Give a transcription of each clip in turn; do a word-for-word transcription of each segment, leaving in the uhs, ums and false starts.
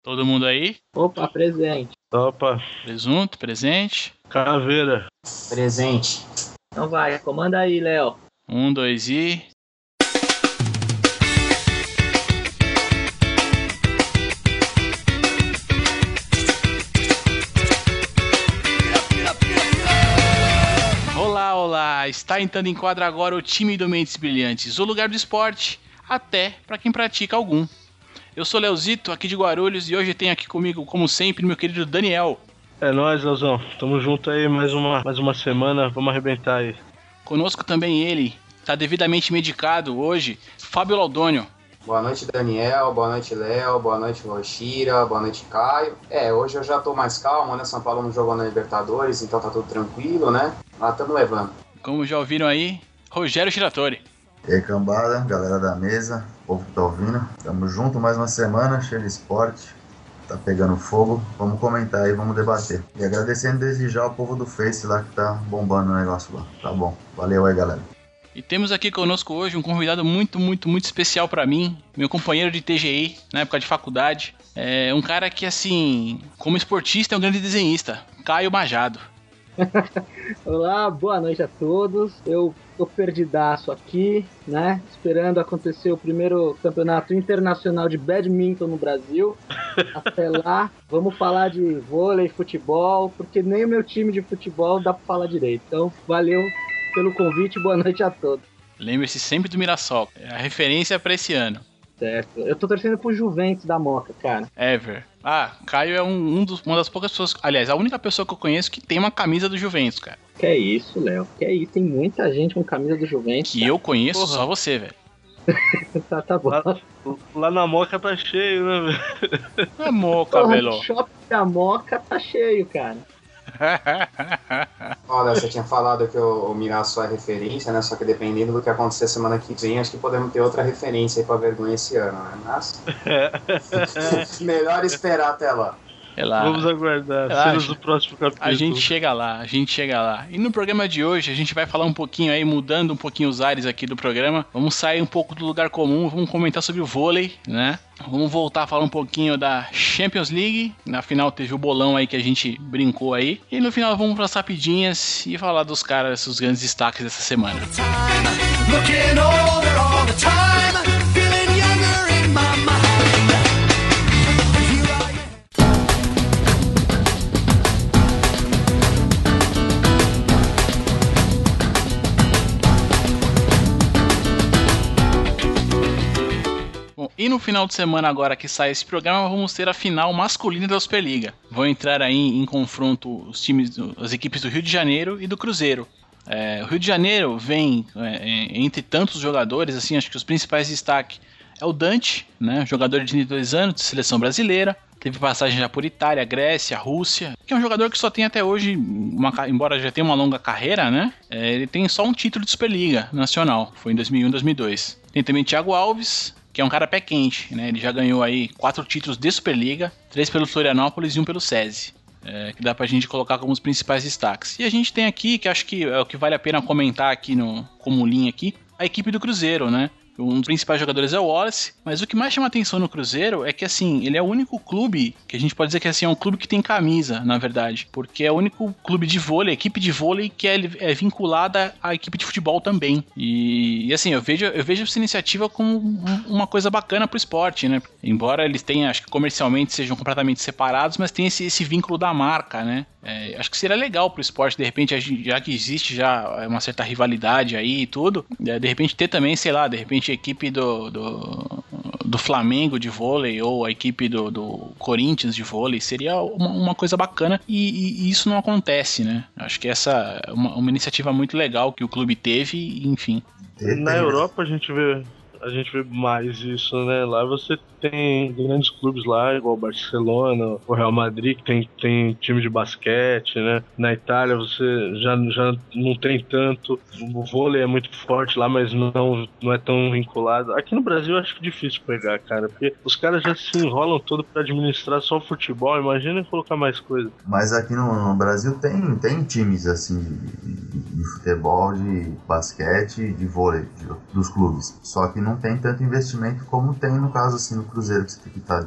Todo mundo aí? Opa, presente. Opa. Presunto, presente. Caveira. Presente. Então vai, comanda aí, Léo. Um, dois e... Olá, olá! Está entrando em quadra agora o time do Mentes Brilhantes, o lugar do esporte, até para quem pratica algum. Eu sou Leozito, aqui de Guarulhos, e hoje tenho aqui comigo, como sempre, meu querido Daniel. É nóis, Leozão. Tamo junto aí mais uma, mais uma semana, vamos arrebentar aí. Conosco também ele, está devidamente medicado hoje, Fábio Laudônio. Boa noite, Daniel. Boa noite, Léo. Boa noite, Rochira. Boa noite, Caio. É, hoje eu já tô mais calmo, né? São Paulo não jogou na Libertadores, então tá tudo tranquilo, né? Lá tamo levando. Como já ouviram aí, Rogério Shiratori. E aí, cambada, galera da mesa, povo que tá ouvindo. Tamo junto mais uma semana, cheio de esporte. Tá pegando fogo. Vamos comentar aí, vamos debater. E agradecendo desde já o povo do Face lá que tá bombando o negócio lá. Tá bom. Valeu aí, galera. E temos aqui conosco hoje um convidado muito, muito, muito especial pra mim, meu companheiro de T G I, na época de faculdade. É um cara que, assim, como esportista, é um grande desenhista, Caio Majado. Olá, boa noite a todos. Eu tô perdidaço aqui, né? Esperando acontecer o primeiro campeonato internacional de badminton no Brasil. Até lá, vamos falar de vôlei, futebol, porque nem o meu time de futebol dá pra falar direito. Então, valeu pelo convite, boa noite a todos. Lembre-se sempre do Mirassol, é a referência pra esse ano. Certo, eu tô torcendo pro Juventus da Moca, cara. Ever. Ah, Caio é um, um dos, uma das poucas pessoas, aliás, a única pessoa que eu conheço que tem uma camisa do Juventus, cara. Que é isso, Léo, que é isso, tem muita gente com camisa do Juventus. Que cara. eu conheço, Porra. Só você, velho. tá, tá bom. Lá, lá na Moca tá cheio, né, velho? É moca, velho. O shopping da Moca tá cheio, cara. Olha, você tinha falado que o, o Mirassol é referência, né? Só que dependendo do que acontecer semana que vem, acho que podemos ter outra referência aí pra vergonha esse ano, né? Mas... melhor esperar até lá. Relaxa. Vamos aguardar, Relaxa. cenas do próximo capítulo. A gente chega lá, a gente chega lá. E no programa de hoje, a gente vai falar um pouquinho aí, mudando um pouquinho os ares aqui do programa. Vamos sair um pouco do lugar comum, vamos comentar sobre o vôlei, né? Vamos voltar a falar um pouquinho da Champions League. Na final teve o bolão aí que a gente brincou aí. E no final vamos para as rapidinhas e falar dos caras, os grandes destaques dessa semana. E no final de semana agora que sai esse programa, vamos ter a final masculina da Superliga. Vão entrar aí em confronto os times, as equipes do Rio de Janeiro e do Cruzeiro. É, o Rio de Janeiro vem, é, entre tantos jogadores, assim, acho que os principais destaques é o Dante, né, jogador de trinta e dois anos, de seleção brasileira. Teve passagem já por Itália, Grécia, Rússia, que é um jogador que só tem até hoje, uma, embora já tenha uma longa carreira, né? É, ele tem só um título de Superliga nacional, foi em dois mil e um, dois mil e dois. Tem também Thiago Alves, que é um cara pé quente, né? Ele já ganhou aí quatro títulos de Superliga, três pelo Florianópolis e um pelo SESI. É, que dá pra gente colocar como os principais destaques. E a gente tem aqui, que acho que é o que vale a pena comentar aqui no, como linha aqui, a equipe do Cruzeiro, né? Um dos principais jogadores é o Wallace, mas o que mais chama atenção no Cruzeiro é que, assim, ele é o único clube, que a gente pode dizer que assim, é um clube que tem camisa, na verdade, porque é o único clube de vôlei, equipe de vôlei que é, é vinculada à equipe de futebol também. E, e assim, eu vejo, eu vejo essa iniciativa como uma coisa bacana pro esporte, né? Embora eles tenham, acho que comercialmente sejam completamente separados, mas tem esse, esse vínculo da marca, né? É, acho que seria legal pro esporte, de repente, já que existe já uma certa rivalidade aí e tudo, de repente ter também, sei lá, de repente a equipe do, do, do Flamengo de vôlei ou a equipe do, do Corinthians de vôlei, seria uma, uma coisa bacana e, e, e isso não acontece, né? Acho que essa é uma, uma iniciativa muito legal que o clube teve, enfim. Na Europa a gente vê... A gente vê mais isso, né? Lá você tem grandes clubes lá, igual o Barcelona, o Real Madrid, que tem, tem time de basquete, né? Na Itália você já, já não tem tanto. O vôlei é muito forte lá, mas não, não é tão vinculado. Aqui no Brasil eu acho difícil pegar, cara, porque os caras já se enrolam todo pra administrar só o futebol. Imagina colocar mais coisa. Mas aqui no, no Brasil tem, tem times assim de, de futebol, de basquete, de vôlei, de, dos clubes. Só que não tem tanto investimento como tem no caso assim no Cruzeiro, que tá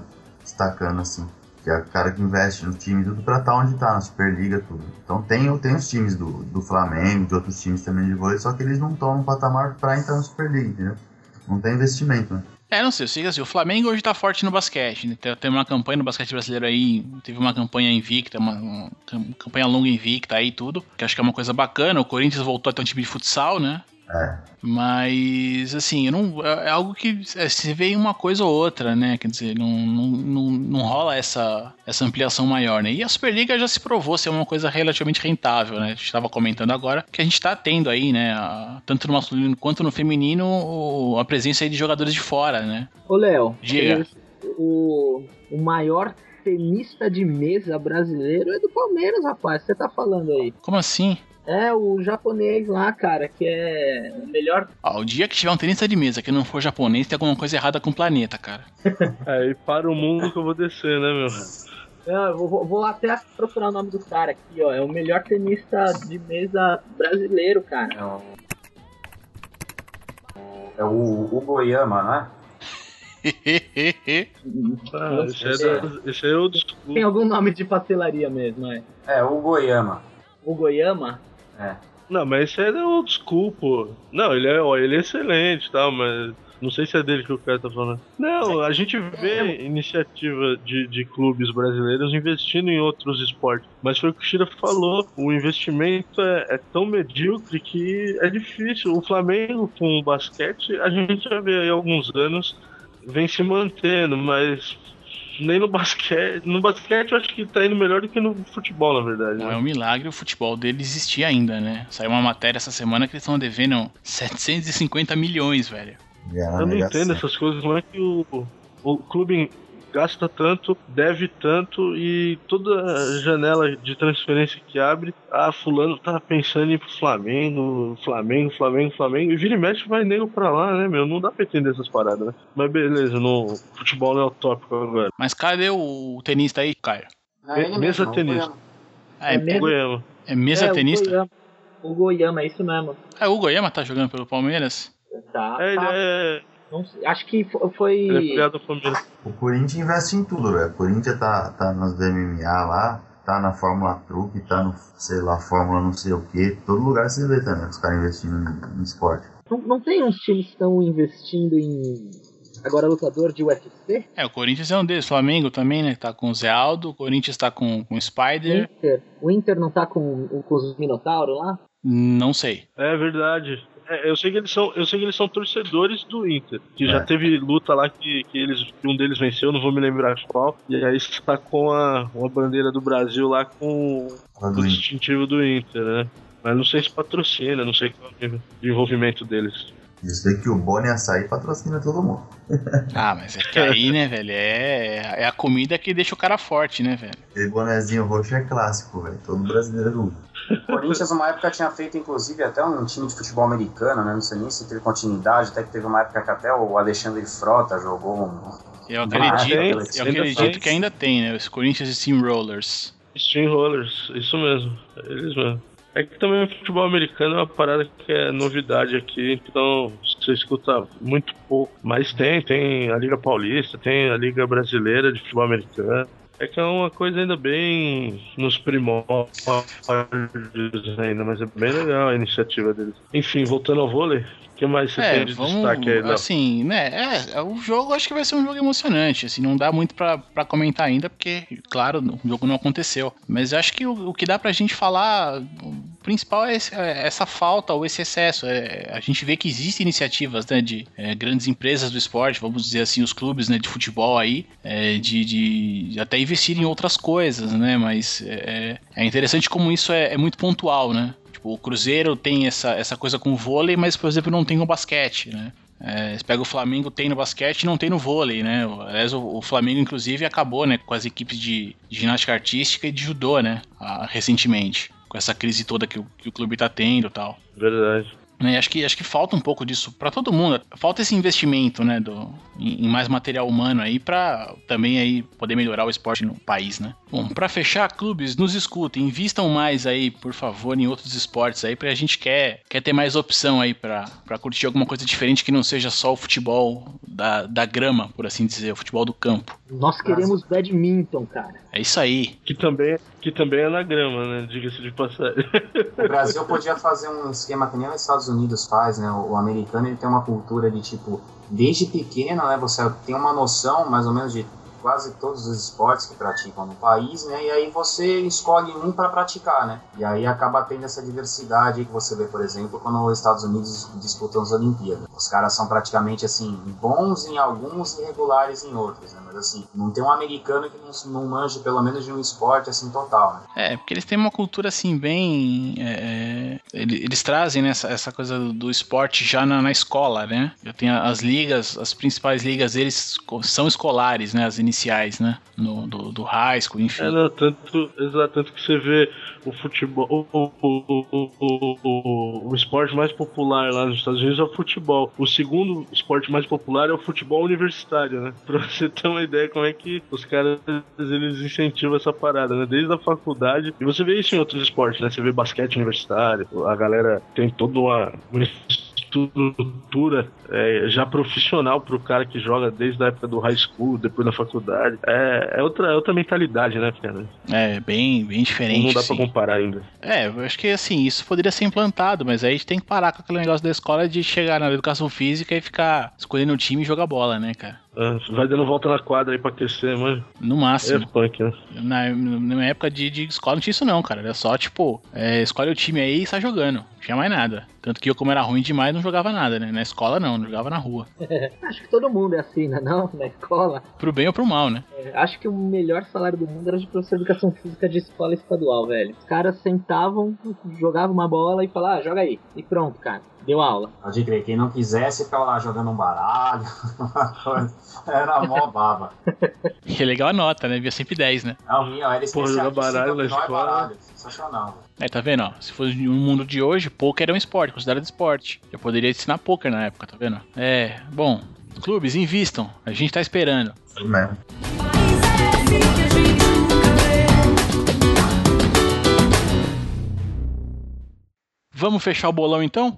destacando, assim. Que é o cara que investe no time tudo pra estar onde tá, na Superliga, tudo. Então tem, tem os times do, do Flamengo, de outros times também de vôlei, só que eles não estão no patamar pra entrar na Superliga, entendeu? Não tem investimento, né? É, não sei, eu sei que assim, o Flamengo hoje tá forte no basquete, né? Tem, tem uma campanha no basquete brasileiro aí, teve uma campanha invicta, uma, uma campanha longa invicta aí e tudo, que acho que é uma coisa bacana. O Corinthians voltou a ter um time de futsal, né? É. Mas, assim, eu não, é algo que é, se vê em uma coisa ou outra, né? Quer dizer, não, não, não, não rola essa, essa ampliação maior, né? E a Superliga já se provou ser uma coisa relativamente rentável, né? A gente estava comentando agora que a gente está tendo aí, né? A, tanto no masculino quanto no feminino, o, a presença aí de jogadores de fora, né? Ô, Léo, diga. O, o maior tenista de mesa brasileiro é do Palmeiras, rapaz. Você tá falando aí? Como assim? É, o japonês lá, cara, que é o melhor... Ah, o dia que tiver um tenista de mesa que não for japonês, tem alguma coisa errada com o planeta, cara. É, e para o mundo que eu vou descer, né, meu? Não, eu vou, vou até procurar o nome do cara aqui, ó. É o melhor tenista de mesa brasileiro, cara. É o, é o, o Goiama, não é? Ah, esse, é da, esse é o desculpa. Tem algum nome de pastelaria mesmo, é? É, o Goiama. O Goiama? É. Não, mas esse é o desculpa. Não, ele é, ó, ele é excelente, tá, mas não sei se é dele que o cara tá falando. Não, a gente vê iniciativa de, de clubes brasileiros investindo em outros esportes. Mas foi o que o Shira falou, o investimento é, é tão medíocre que é difícil. O Flamengo com o basquete, a gente já vê aí há alguns anos, vem se mantendo, mas nem no basquete. No basquete eu acho que tá indo melhor do que no futebol, na verdade. Não né? é um milagre o futebol dele existir ainda, né? Saiu uma matéria essa semana que eles estão devendo setecentos e cinquenta milhões, velho. Yeah, eu não entendo essas coisas, como é que o, o clube gasta tanto, deve tanto e toda janela de transferência que abre, ah, fulano tá pensando em ir pro Flamengo, Flamengo, Flamengo, Flamengo, e vira e mexe vai nego pra lá, né, meu? Não dá pra entender essas paradas, né? Mas beleza, no futebol não é o tópico agora. Mas cadê o tenista aí, Caio? Não, ele mesa mesmo, tenista. Ah, é, É mesmo? Goiama. é mesa é, tenista? O Goiama. o Goiama, é isso mesmo. Ah, o Goiama tá jogando pelo Palmeiras? Tá, É, ele tá. é. Não sei, acho que fo- foi... Ele é filiado da família. O Corinthians investe em tudo, velho. O Corinthians tá, tá nos M M A lá, tá na Fórmula Truque, tá no, sei lá, Fórmula não sei o que. Todo lugar você vê também os caras investindo em, em esporte. Não, não tem uns times que estão investindo em... Agora lutador de U F C? É, o Corinthians é um deles. Flamengo também, né? Tá com o Zé Aldo. O Corinthians tá com, com o Spider. Inter. O Inter não tá com, com os Minotauros lá? Não sei. É verdade. É, eu sei que eles são, eu sei que eles são torcedores do Inter. Que É. já teve luta lá que, que, eles, que um deles venceu, não vou me lembrar qual. E aí está com a, uma bandeira do Brasil lá com Lá o do Inter. distintivo do Inter, né? Mas não sei se patrocina, não sei qual é o envolvimento deles. Eu sei que o Boni Açaí patrocina todo mundo. Ah, mas é que aí, né, velho? É, é a comida que deixa o cara forte, né, velho? Aquele bonezinho roxo é clássico, velho. Todo brasileiro usa. O Corinthians, uma época, tinha feito, inclusive, até um time de futebol americano, né? Não sei nem se teve continuidade, até que teve uma época que até o Alexandre Frota jogou um... Eu Ah, acredito, tem, eu ainda acredito tem. que ainda tem, né? Os Corinthians Steamrollers. Steamrollers, isso mesmo. Eles mesmo. É que também o futebol americano é uma parada que é novidade aqui, então você escuta muito pouco. Mas tem, tem a Liga Paulista, tem a Liga Brasileira de Futebol Americano. É que é uma coisa ainda bem nos primórdios ainda, mas é bem legal a iniciativa deles. Enfim, voltando ao vôlei, o que mais você É, tem de vamos, destaque aí, Léo? assim, né, é, o jogo acho que vai ser um jogo emocionante, assim, não dá muito pra, pra comentar ainda, porque, claro, o jogo não aconteceu, mas eu acho que o, o que dá pra gente falar, o principal é, esse, é essa falta ou esse excesso, é, a gente vê que existem iniciativas, né, de é, grandes empresas do esporte, vamos dizer assim, os clubes, né, de futebol aí, é, de, de até investir em outras coisas, né, mas é, é interessante como isso é, é muito pontual, né. O Cruzeiro tem essa, essa coisa com o vôlei, mas, por exemplo, não tem o basquete, né? É, você pega o Flamengo, tem no basquete e não tem no vôlei, né? Aliás, o, o Flamengo, inclusive, acabou, né, com as equipes de, de ginástica artística e de judô, né? A, recentemente, com essa crise toda que o, que o clube tá tendo e tal. Verdade. Né? Acho que, acho que falta um pouco disso para todo mundo. Falta esse investimento, né, do, em, em mais material humano aí para também aí poder melhorar o esporte no país, né? Bom, para fechar, clubes, nos escutem, invistam mais aí, por favor, em outros esportes aí, porque a gente quer, quer ter mais opção aí para curtir alguma coisa diferente que não seja só o futebol da, da grama, por assim dizer, o futebol do campo. Nós queremos badminton, cara. É isso aí. Que também, que também é na grama, né? Diga-se de passagem. O Brasil podia fazer um esquema que nem os Estados Unidos faz, né? O, o americano, ele tem uma cultura de tipo, desde pequeno, né? Você tem uma noção mais ou menos de quase todos os esportes que praticam no país, né? E aí você escolhe um para praticar, né? E aí acaba tendo essa diversidade que você vê, por exemplo, quando os Estados Unidos disputam as Olimpíadas. Os caras são praticamente, assim, bons em alguns e regulares em outros, né? Mas, assim, não tem um americano que não, não manje pelo menos de um esporte, assim, total, né? É, porque eles têm uma cultura, assim, bem... É, eles, eles trazem, né, essa, essa coisa do, do esporte já na, na escola, né? Eu tenho as ligas, as principais ligas deles são escolares, né? As iniciais, né? No, do, do high school, enfim. É, não, tanto, exato, tanto que você vê o futebol, o, o, o, o, o, o, o esporte mais popular lá nos Estados Unidos é o futebol. O segundo esporte mais popular é o futebol universitário, né? Pra você ter uma ideia como é que os caras, eles incentivam essa parada, né? Desde a faculdade. E você vê isso em outros esportes, né? Você vê basquete universitário, a galera tem toda uma... uma estrutura é, já profissional pro cara que joga desde a época do high school, depois da faculdade. É, é, outra, é outra mentalidade, né, cara? É, bem, bem diferente. Não dá sim. pra comparar ainda. É, eu acho que assim, isso poderia ser implantado, mas aí a gente tem que parar com aquele negócio da escola de chegar na educação física e ficar escolhendo o time e jogar bola, né, cara? Vai dando volta na quadra aí pra aquecer, mano. No máximo. É punk, né? Na, na minha época de, de escola não tinha isso não, cara. Era só, tipo, é, escolhe o time aí e sai jogando. Não tinha mais nada. Tanto que eu, como era ruim demais, não jogava nada, né? Na escola não, não jogava na rua. Acho que todo mundo é assim, né? Não, na escola. Pro bem ou pro mal, né? É, acho que o melhor salário do mundo era de professor de educação física de escola estadual, velho. Os caras sentavam, jogavam uma bola e falavam, ah, joga aí. E pronto, cara. Deu aula. Pode crer, quem não quisesse ficava lá jogando um baralho, uma coisa. Era mó baba. E é legal a nota, né? Via sempre dez, né? Não, minha, era especialista baralho na escola. Baralho. Sensacional. É, tá vendo? Ó, se fosse no mundo de hoje, poker é um esporte, considerado esporte. Eu poderia ensinar poker na época, tá vendo? É, bom, clubes, invistam. A gente tá esperando. Isso mesmo. Vamos fechar o bolão então?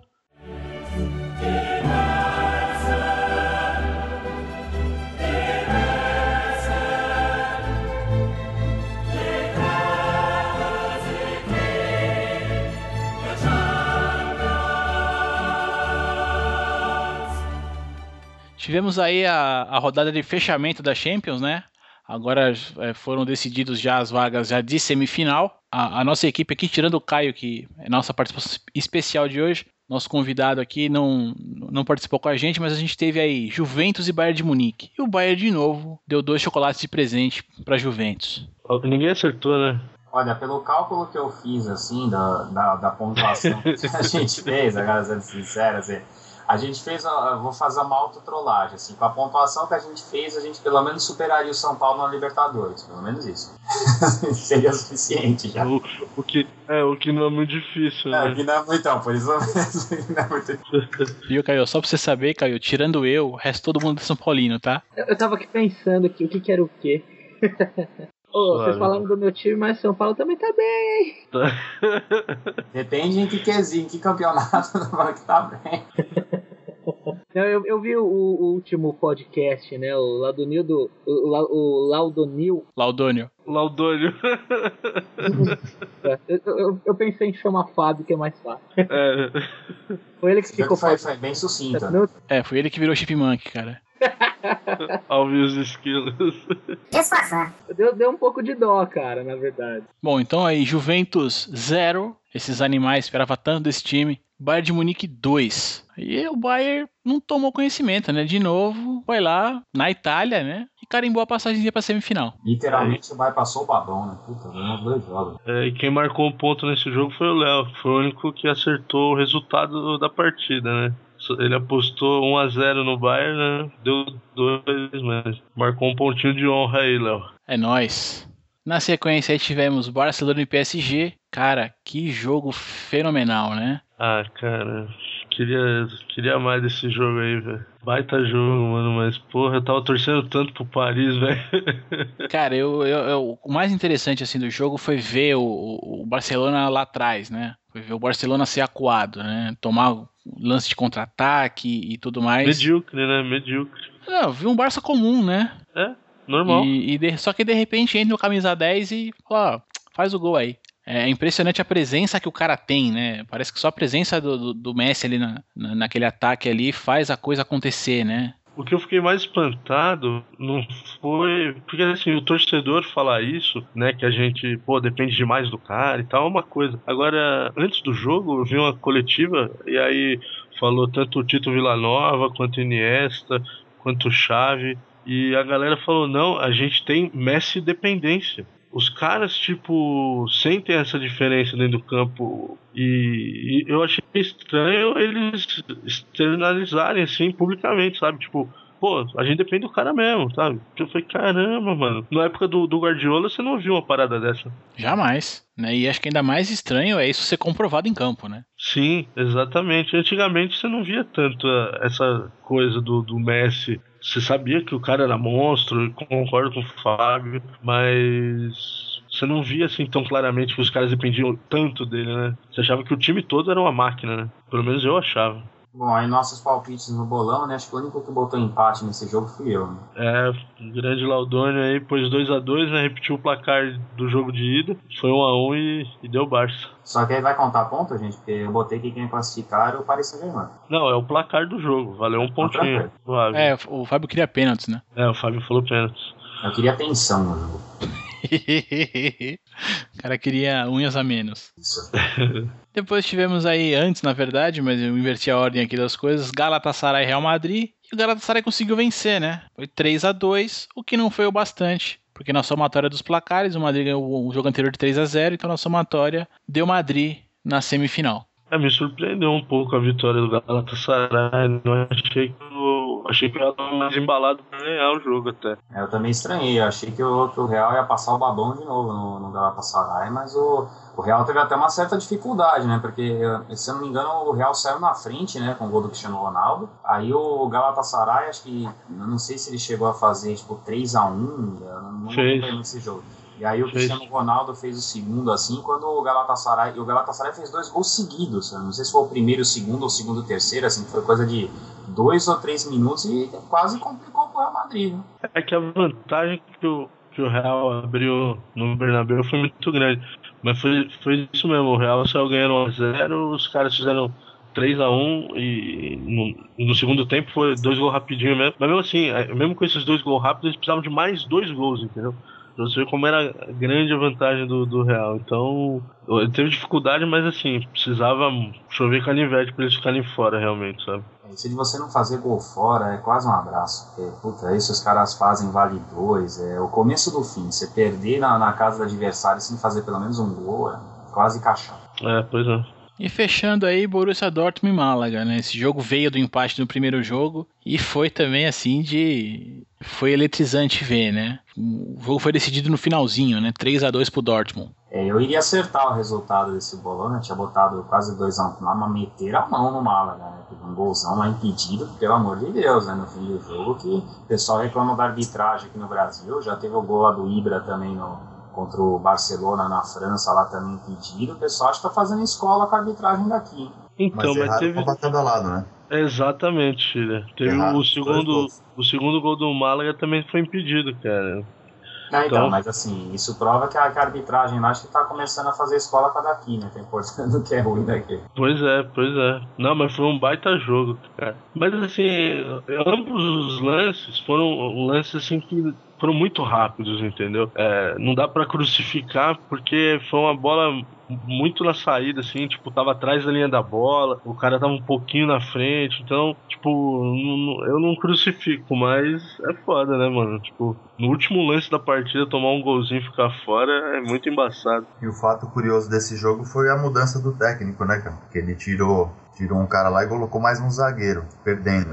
Tivemos aí a, a rodada de fechamento da Champions, né? Agora é, foram decididos já as vagas já de semifinal. A, a nossa equipe aqui, tirando o Caio, que é nossa participação especial de hoje, nosso convidado aqui não, não participou com a gente, mas a gente teve aí Juventus e Bayern de Munique. E o Bayern, de novo, deu dois chocolates de presente para Juventus. Ninguém acertou, né? Olha, pelo cálculo que eu fiz, assim, da, da, da pontuação que a gente fez, agora sendo sincero, assim, a gente fez, eu vou fazer uma autotrollagem, assim, com a pontuação que a gente fez, a gente pelo menos superaria o São Paulo na Libertadores, pelo menos isso. Seria suficiente já. O, o, que, é, o que não é muito difícil, né? É, o que não é muito, então, por isso mesmo, não é muito difícil. Viu, Caio? Só pra você saber, Caio, tirando eu, o resto todo mundo é São Paulino, tá? Eu, eu tava aqui pensando aqui, o que que era o quê? Ô, vocês falando do meu time, mas São Paulo também tá bem, hein? Depende em que quesinho, em que campeonato que tá bem. Não, eu, eu vi o, o último podcast, né? O Laudonildo. O, o Laudonil. Laudônio. Laudônio. eu, eu, eu pensei em chamar Fábio, que é mais fácil. É. Foi ele que ficou. Foi, foi bem sucinta. É, foi ele que virou Chipmunk, cara. Alve os esquilos. Deu, deu um pouco de dó, cara, na verdade. Bom, então aí, Juventus zero. Esses animais esperavam tanto desse time. Bayern de Munique dois. E o Bayern não tomou conhecimento, né? De novo, foi lá na Itália, né? E carimbou a passagem pra semifinal. Literalmente, é. O Bayern passou o babão, né? Puta, ganhou dois jogos. É, e quem marcou um ponto nesse jogo foi o Léo. Foi o único que acertou o resultado da partida, né? Ele apostou um a zero no Bayern, né? Deu dois, mas marcou um pontinho de honra aí, Léo. É nóis. Na sequência aí tivemos Barcelona e P S G. Cara, que jogo fenomenal, né? Ah, cara, queria, queria mais desse jogo aí, velho. Baita jogo, mano, mas porra, eu tava torcendo tanto pro Paris, velho. Cara, eu, eu, eu- o mais interessante assim do jogo foi ver o, o o Barcelona lá atrás, né? Foi ver o Barcelona ser acuado, né? Tomar lance de contra-ataque e tudo mais. Medíocre, né? Medíocre. Não, eu vi um Barça comum, né? É, normal. E, e de- só que de repente entra o camisa dez e ó, faz o gol aí. É impressionante a presença que o cara tem, né? Parece que só a presença do, do, do Messi ali na, na- naquele ataque ali faz a coisa acontecer, né? O que eu fiquei mais espantado não foi. Porque assim, o torcedor falar isso, né? Que a gente, pô, depende demais do cara e tal, é uma coisa. Agora, antes do jogo, eu vi uma coletiva e aí falou tanto o Tito Villanova quanto o Iniesta, quanto o Xavi. E a galera falou: não, a gente tem Messi dependência. Os caras, tipo, sentem essa diferença dentro do campo e, e eu achei estranho eles externalizarem assim publicamente, sabe? Tipo, pô, a gente depende do cara mesmo, sabe? Eu falei, caramba, mano. Na época do, do Guardiola você não viu uma parada dessa. Jamais, né? E acho que ainda mais estranho é isso ser comprovado em campo, né? Sim, exatamente. Antigamente você não via tanto eh, essa coisa do, do Messi. Você sabia que o cara era monstro, eu concordo com o Fábio, mas você não via assim tão claramente que os caras dependiam tanto dele, né? Você achava que o time todo era uma máquina, né? Pelo menos eu achava. Bom, aí nossos palpites no bolão, né? Acho que o único que botou empate nesse jogo fui eu, né? É, o grande Laudônio aí pôs dois a dois, né? Repetiu o placar do jogo de ida. Foi um a um e, e deu Barça. Só que aí vai contar ponto, gente, porque eu botei que quem ia classificar era o Paris Saint-Germain. Não, é o placar do jogo. Valeu um pontinho. Suave. É, o Fábio queria pênaltis, né? É, o Fábio falou pênalti. Eu queria atenção no jogo. O cara queria unhas a menos. Isso. Depois tivemos aí, antes na verdade, mas eu inverti a ordem aqui das coisas, Galatasaray e Real Madrid. E o Galatasaray conseguiu vencer, né? Foi três a dois, o que não foi o bastante. Porque na somatória dos placares, o Madrid ganhou o jogo anterior de três a zero, então na somatória deu Madrid na semifinal. É, me surpreendeu um pouco a vitória do Galatasaray. Não achei que o, achei que o Real estava mais embalado para ganhar o jogo até. É, eu também estranhei, eu achei que o, que o Real ia passar o babão de novo no, no Galatasaray, mas o, o Real teve até uma certa dificuldade, né? Porque, se eu não me engano, o Real saiu na frente, né? Com o gol do Cristiano Ronaldo. Aí o Galatasaray, acho que, eu não sei se ele chegou a fazer tipo três a um, eu não lembro nesse jogo. E aí o Cristiano Ronaldo fez o segundo assim, quando o Galatasaray... E o Galatasaray fez dois gols seguidos. Eu não sei se foi o primeiro, o segundo ou o segundo, o terceiro, assim, foi coisa de dois ou três minutos e quase complicou pro Real Madrid, né? É que a vantagem que o, que o Real abriu no Bernabéu foi muito grande. Mas foi, foi isso mesmo, o Real saiu ganhando um a zero, os caras fizeram três a um e no, no segundo tempo foi dois gols rapidinho mesmo. Mas mesmo assim, mesmo com esses dois gols rápidos, eles precisavam de mais dois gols, entendeu? Pra você ver como era grande a vantagem do, do Real. Então, ele teve dificuldade, mas assim, precisava chover canivete pra eles ficarem fora realmente, sabe? Isso de você não fazer gol fora é quase um abraço. Porque, puta, isso os caras fazem vale dois. É o começo do fim. Você perder na, na casa do adversário sem fazer pelo menos um gol é quase caixão. É, pois é. E fechando aí, Borussia Dortmund e Málaga, né? Esse jogo veio do empate no primeiro jogo e foi também assim de... Foi eletrizante ver, né? O jogo foi decidido no finalzinho, né? três a dois pro Dortmund. É, eu iria acertar o resultado desse bolão, né? Tinha botado quase dois a um lá, mas meter a mão no Málaga, né? Teve um golzão lá impedido, pelo amor de Deus, né? No fim do jogo, que o pessoal reclama da arbitragem aqui no Brasil. Já teve o gol lá do Ibra também no... contra o Barcelona na França, lá também impedido. O pessoal acho que tá fazendo escola com a arbitragem daqui, hein? Então, mas, mas teve... pra cada lado, né? Exatamente, filha. Teve Errado, o segundo, o segundo gol do Málaga também foi impedido, cara. É, então, Então- mas assim, isso prova que a, que a arbitragem lá acho que tá começando a fazer escola com a daqui, né? Tá importando o que é ruim daqui. Pois é, pois é. Não, mas foi um baita jogo, cara. Mas assim, ambos os lances foram lances assim que foram muito rápidos, entendeu? É, não dá pra crucificar porque foi uma bola muito na saída, assim, tipo, tava atrás da linha da bola, o cara tava um pouquinho na frente, então, tipo, não- não- eu não crucifico, mas é foda, né, mano? Tipo, no último lance da partida, tomar um golzinho e ficar fora é muito embaçado. E o fato curioso desse jogo foi a mudança do técnico, né, cara? Porque ele tirou, tirou um cara lá e colocou mais um zagueiro, perdendo, né?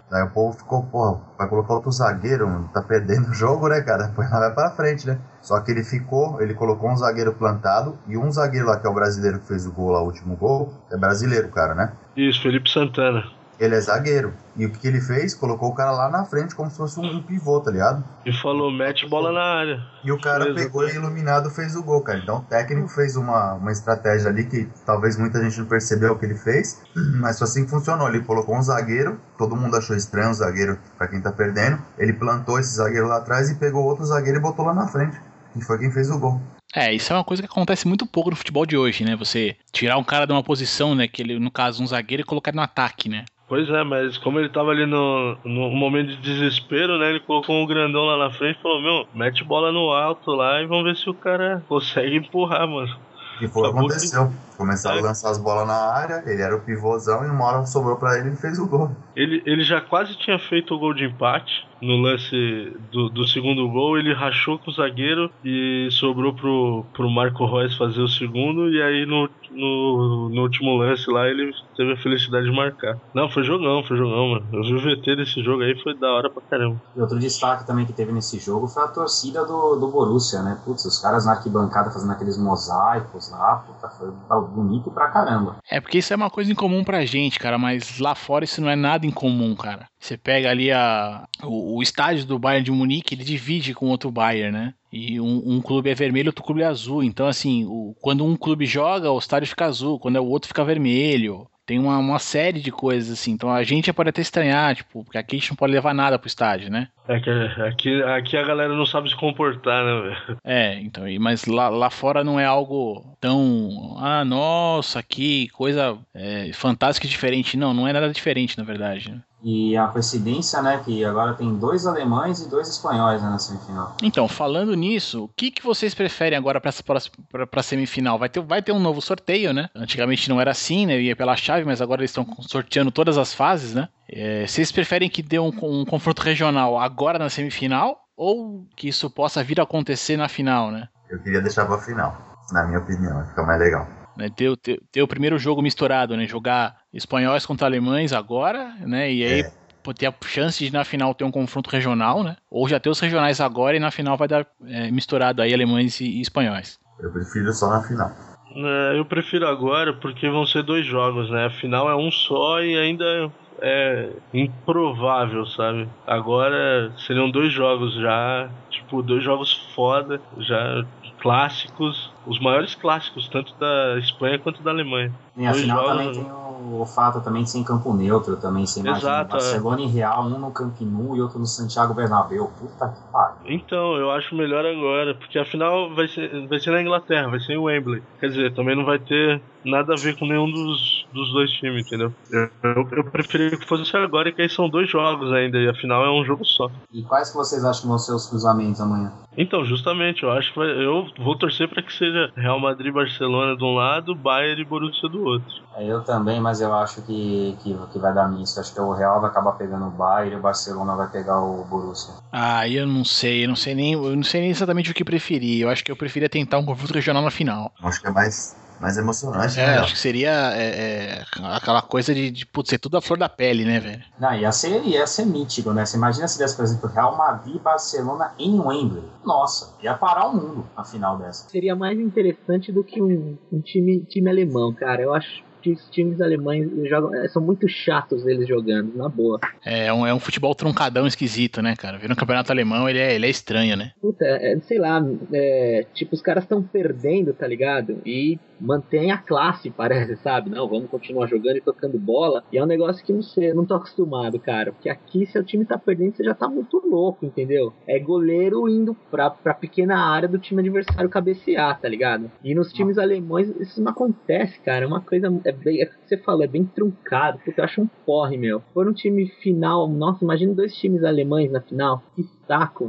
Aí o povo ficou, porra, vai colocar outro zagueiro, mano, tá perdendo o jogo, né, cara? Depois ela vai pra frente, né? Só que ele ficou, ele colocou um zagueiro plantado e um zagueiro lá, que é o brasileiro que fez o gol lá, o último gol, é brasileiro, cara, né? Isso, Felipe Santana. Ele é zagueiro. E o que, que ele fez? Colocou o cara lá na frente como se fosse um pivô, tá ligado? E falou, mete bola na área. E o cara Beleza. pegou e iluminado fez o gol, cara. Então o técnico fez uma, uma estratégia ali que talvez muita gente não percebeu o que ele fez, mas foi assim que funcionou. Ele colocou um zagueiro, todo mundo achou estranho o zagueiro pra quem tá perdendo. Ele plantou esse zagueiro lá atrás e pegou outro zagueiro e botou lá na frente. E foi quem fez o gol. É, isso é uma coisa que acontece muito pouco no futebol de hoje, né? Você tirar um cara de uma posição, né? Que ele, no caso, um zagueiro, e colocar ele no ataque, né? Pois é, mas como ele tava ali no, no momento de desespero, né? Ele colocou um grandão lá na frente e falou, meu, mete bola no alto lá e vamos ver se o cara consegue empurrar, mano. E foi o que aconteceu. Começaram É. a lançar as bolas na área, ele era o pivôzão e uma hora sobrou pra ele e ele fez o gol. Ele, ele já quase tinha feito o gol de empate. No lance do, do segundo gol, ele rachou com o zagueiro e sobrou pro, pro Marco Reus fazer o segundo. E aí no, no, no último lance lá, ele teve a felicidade de marcar. Não, foi jogão, foi jogão, mano. Eu vi o V T desse jogo aí, foi da hora pra caramba. E outro destaque também que teve nesse jogo foi a torcida do, do Borussia, né? Putz, os caras na arquibancada fazendo aqueles mosaicos lá, puta, foi bonito pra caramba. É, porque isso é uma coisa incomum pra gente, cara, mas lá fora isso não é nada incomum, cara. Você pega ali a, o, o estádio do Bayern de Munique, ele divide com outro Bayern, né? E um, um clube é vermelho, outro clube é azul. Então, assim, o, quando um clube joga, o estádio fica azul. Quando é o outro, fica vermelho. Tem uma, uma série de coisas, assim. Então, a gente pode até estranhar, tipo, porque aqui a gente não pode levar nada pro estádio, né? É que aqui, aqui a galera não sabe se comportar, né, velho? É, então, e- mas lá, lá fora não é algo tão... Ah, nossa, que coisa é, fantástica e diferente. Não, não é nada diferente, na verdade, né? E a coincidência, né, que agora tem dois alemães e dois espanhóis, né, na semifinal. Então, falando nisso, o que, que vocês preferem agora para a semifinal? Vai ter, vai ter um novo sorteio, né? Antigamente não era assim, né? Ia pela chave, mas agora eles estão sorteando todas as fases, né? É, vocês preferem que dê um, um confronto regional agora na semifinal ou que isso possa vir a acontecer na final, né? Eu queria deixar pra final, na minha opinião, fica mais legal. Né, ter, ter, ter o primeiro jogo misturado, né? Jogar espanhóis contra alemães agora, né? E aí É. pô, ter a chance de na final ter um confronto regional, né? Ou já ter os regionais agora e na final vai dar é, misturado aí alemães e, e espanhóis. Eu prefiro só na final. É, eu prefiro agora porque vão ser dois jogos, né? Afinal é um só e ainda é improvável, sabe? Agora seriam dois jogos já, tipo, dois jogos foda, já clássicos, os maiores clássicos, tanto da Espanha quanto da Alemanha. E a Dois final jogos- também tem o, o fato também de ser em campo neutro também, você imagina. Exato, Barcelona e Real, um no Camp Nou e outro no Santiago Bernabéu. Puta que pariu. Então, eu acho melhor agora, porque afinal vai ser, vai ser na Inglaterra, vai ser em Wembley. Quer dizer, também não vai ter nada a ver com nenhum dos, dos dois times, entendeu? Eu, eu, eu preferia que fosse agora, que aí são dois jogos ainda, e afinal é um jogo só. E quais que vocês acham que vão ser os cruzamentos amanhã? Então, justamente, eu acho que vai, eu vou torcer para que seja Real Madrid e Barcelona de um lado, Bayern e Borussia do outro. É, eu também, mas eu acho que, que, que vai dar misto. Acho que o Real vai acabar pegando o Bayern e o Barcelona vai pegar o Borussia. Ah, eu não sei, eu não sei nem, eu não sei nem exatamente o que preferir. Eu acho que eu preferia tentar um confronto regional na final. Acho que é mais, mais emocionante, É, né? acho que seria é, é, aquela coisa de, de putz, ser tudo a flor da pele, né, velho? Não, ia ser, ia ser mítico, né? Você imagina se desse, por exemplo, Real Madrid e Barcelona em Wembley. Nossa, ia parar o mundo a final dessa. Seria mais interessante do que um, um time, time alemão, cara. Eu acho que os times alemães jogam, é, são muito chatos eles jogando, na boa. É um, é um futebol truncadão esquisito, né, cara? Ver no campeonato alemão, ele é, ele é estranho, né? Puta, é, sei lá, é, tipo, os caras estão perdendo, tá ligado? E mantém a classe, parece, sabe? Não, vamos continuar jogando e tocando bola. E é um negócio que não sei, eu não tô acostumado, cara. Porque aqui, se o time tá perdendo, você já tá muito louco, entendeu? É goleiro indo pra, pra pequena área do time adversário cabecear, tá ligado? E nos times alemães, isso não acontece, cara. É uma coisa, é bem, é o que você falou, é bem truncado. Porque eu acho um porre, meu. For um time final, nossa, imagina dois times alemães na final. Que saco, velho.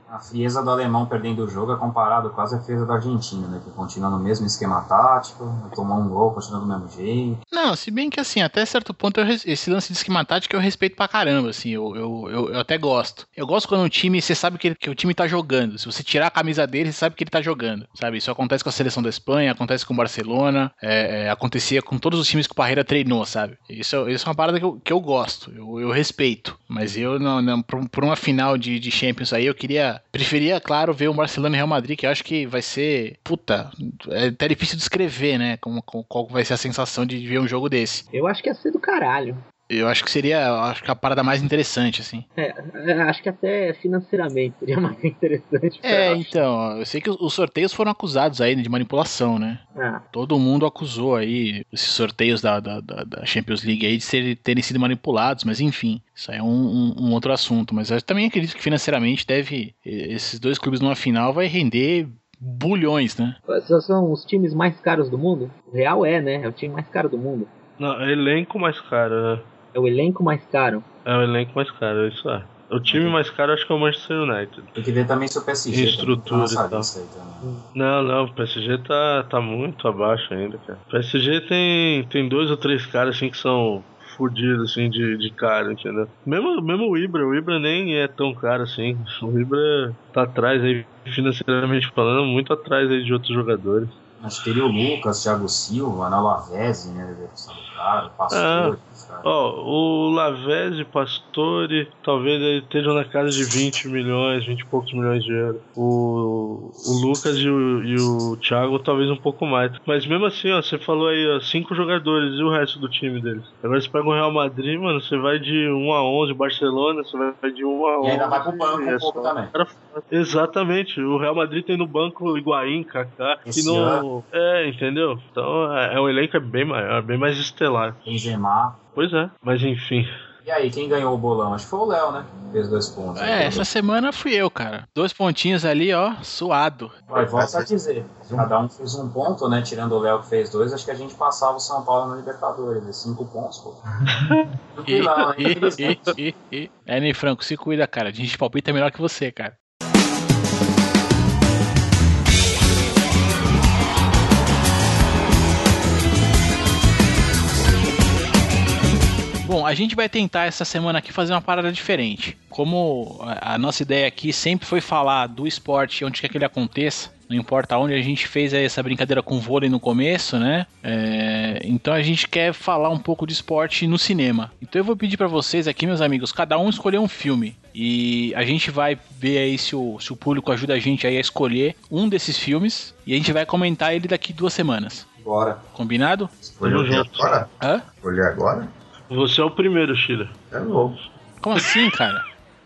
A frieza do alemão perdendo o jogo é comparado quase à frieza da Argentina, né? Que continua no mesmo esquema tático, tomou um gol, continua do mesmo jeito. Não, se bem que assim, até certo ponto, eu, esse lance de esquema tático eu respeito pra caramba, assim, eu, eu, eu, eu até gosto. Eu gosto quando um time, você sabe que, que o time tá jogando. Se você tirar a camisa dele, você sabe que ele tá jogando, sabe? Isso acontece com a seleção da Espanha, acontece com o Barcelona, é, é, acontecia com todos os times que o Parreira treinou, sabe? Isso, isso é uma parada que eu, que eu gosto, eu, eu respeito. Mas eu, não, não, por, por uma final de, de Champions aí, eu queria... Preferia, claro, ver o Barcelona e Real Madrid, que eu acho que vai ser... Puta, é até difícil de descrever, né? Como, como, qual vai ser a sensação de ver um jogo desse. Eu acho que ia ser do caralho. Eu acho que seria acho que a parada mais interessante, assim. É, acho que até financeiramente seria mais interessante. É, então, eu sei que os sorteios foram acusados aí de manipulação, né? Ah. Todo mundo acusou aí esses sorteios da, da, da Champions League aí de ser, terem sido manipulados, mas enfim, isso aí é um, um, um outro assunto. Mas eu também acredito que financeiramente deve, esses dois clubes numa final vai render bulhões, né? Esses são os times mais caros do mundo? O Real é, né? É o time mais caro do mundo. Não, é elenco mais caro, né? É o elenco mais caro. É o elenco mais caro, isso é. O time mais caro acho que é o Manchester United. Tem que ver também se o P S G... Estrutura tá e tal. Não, não, o P S G tá, tá muito abaixo ainda, cara. O P S G tem, tem dois ou três caras assim que são fodidos assim de, de cara, entendeu? Mesmo, mesmo o Ibra, o Ibra nem é tão caro assim. O Ibra tá atrás aí, financeiramente falando, muito atrás aí de outros jogadores. Acho que teria o Lucas, Thiago Silva, Ana Lavezzi, né? Cara, Pastore, ah, ó, o Lavezzi, Pastore, talvez ele estejam na casa de vinte milhões, vinte e poucos milhões de euros. O, o Lucas e o, e o Thiago talvez um pouco mais. Mas mesmo assim, ó, você falou aí, ó, cinco jogadores e o resto do time deles. Agora você pega o Real Madrid, mano, você vai de um a onze, Barcelona, você vai de um a onze. E ainda vai pro banco um pouco também. Exatamente, o Real Madrid tem no banco Higuaín, Kaká, que não... É, entendeu? Então é, é, o elenco é bem maior, bem mais estelar. Benzema. Pois é, mas enfim. E aí, quem ganhou o bolão? Acho que foi o Léo, né? Fez dois pontos. É, essa semana fui eu, cara. Dois pontinhos ali, ó, suado. Vai, volta a dizer. Cada um fez um ponto, né? Tirando o Léo que fez dois, acho que a gente passava o São Paulo na Libertadores. É cinco pontos, pô. e, lá, e, e, e, e. É, Ney Franco, se cuida, cara. A gente palpita melhor que você, cara. Bom, a gente vai tentar essa semana aqui fazer uma parada diferente. Como a nossa ideia aqui sempre foi falar do esporte onde quer que ele aconteça, não importa onde, a gente fez essa brincadeira com vôlei no começo, né? É, então a gente quer falar um pouco de esporte no cinema. Então eu vou pedir pra vocês aqui, meus amigos, cada um escolher um filme. E a gente vai ver aí se o, se o público ajuda a gente aí a escolher um desses filmes. E a gente vai comentar ele daqui duas semanas. Bora. Combinado? Escolher agora? Hã? Escolher agora? Você é o primeiro, Shira. É louco. Como assim, cara?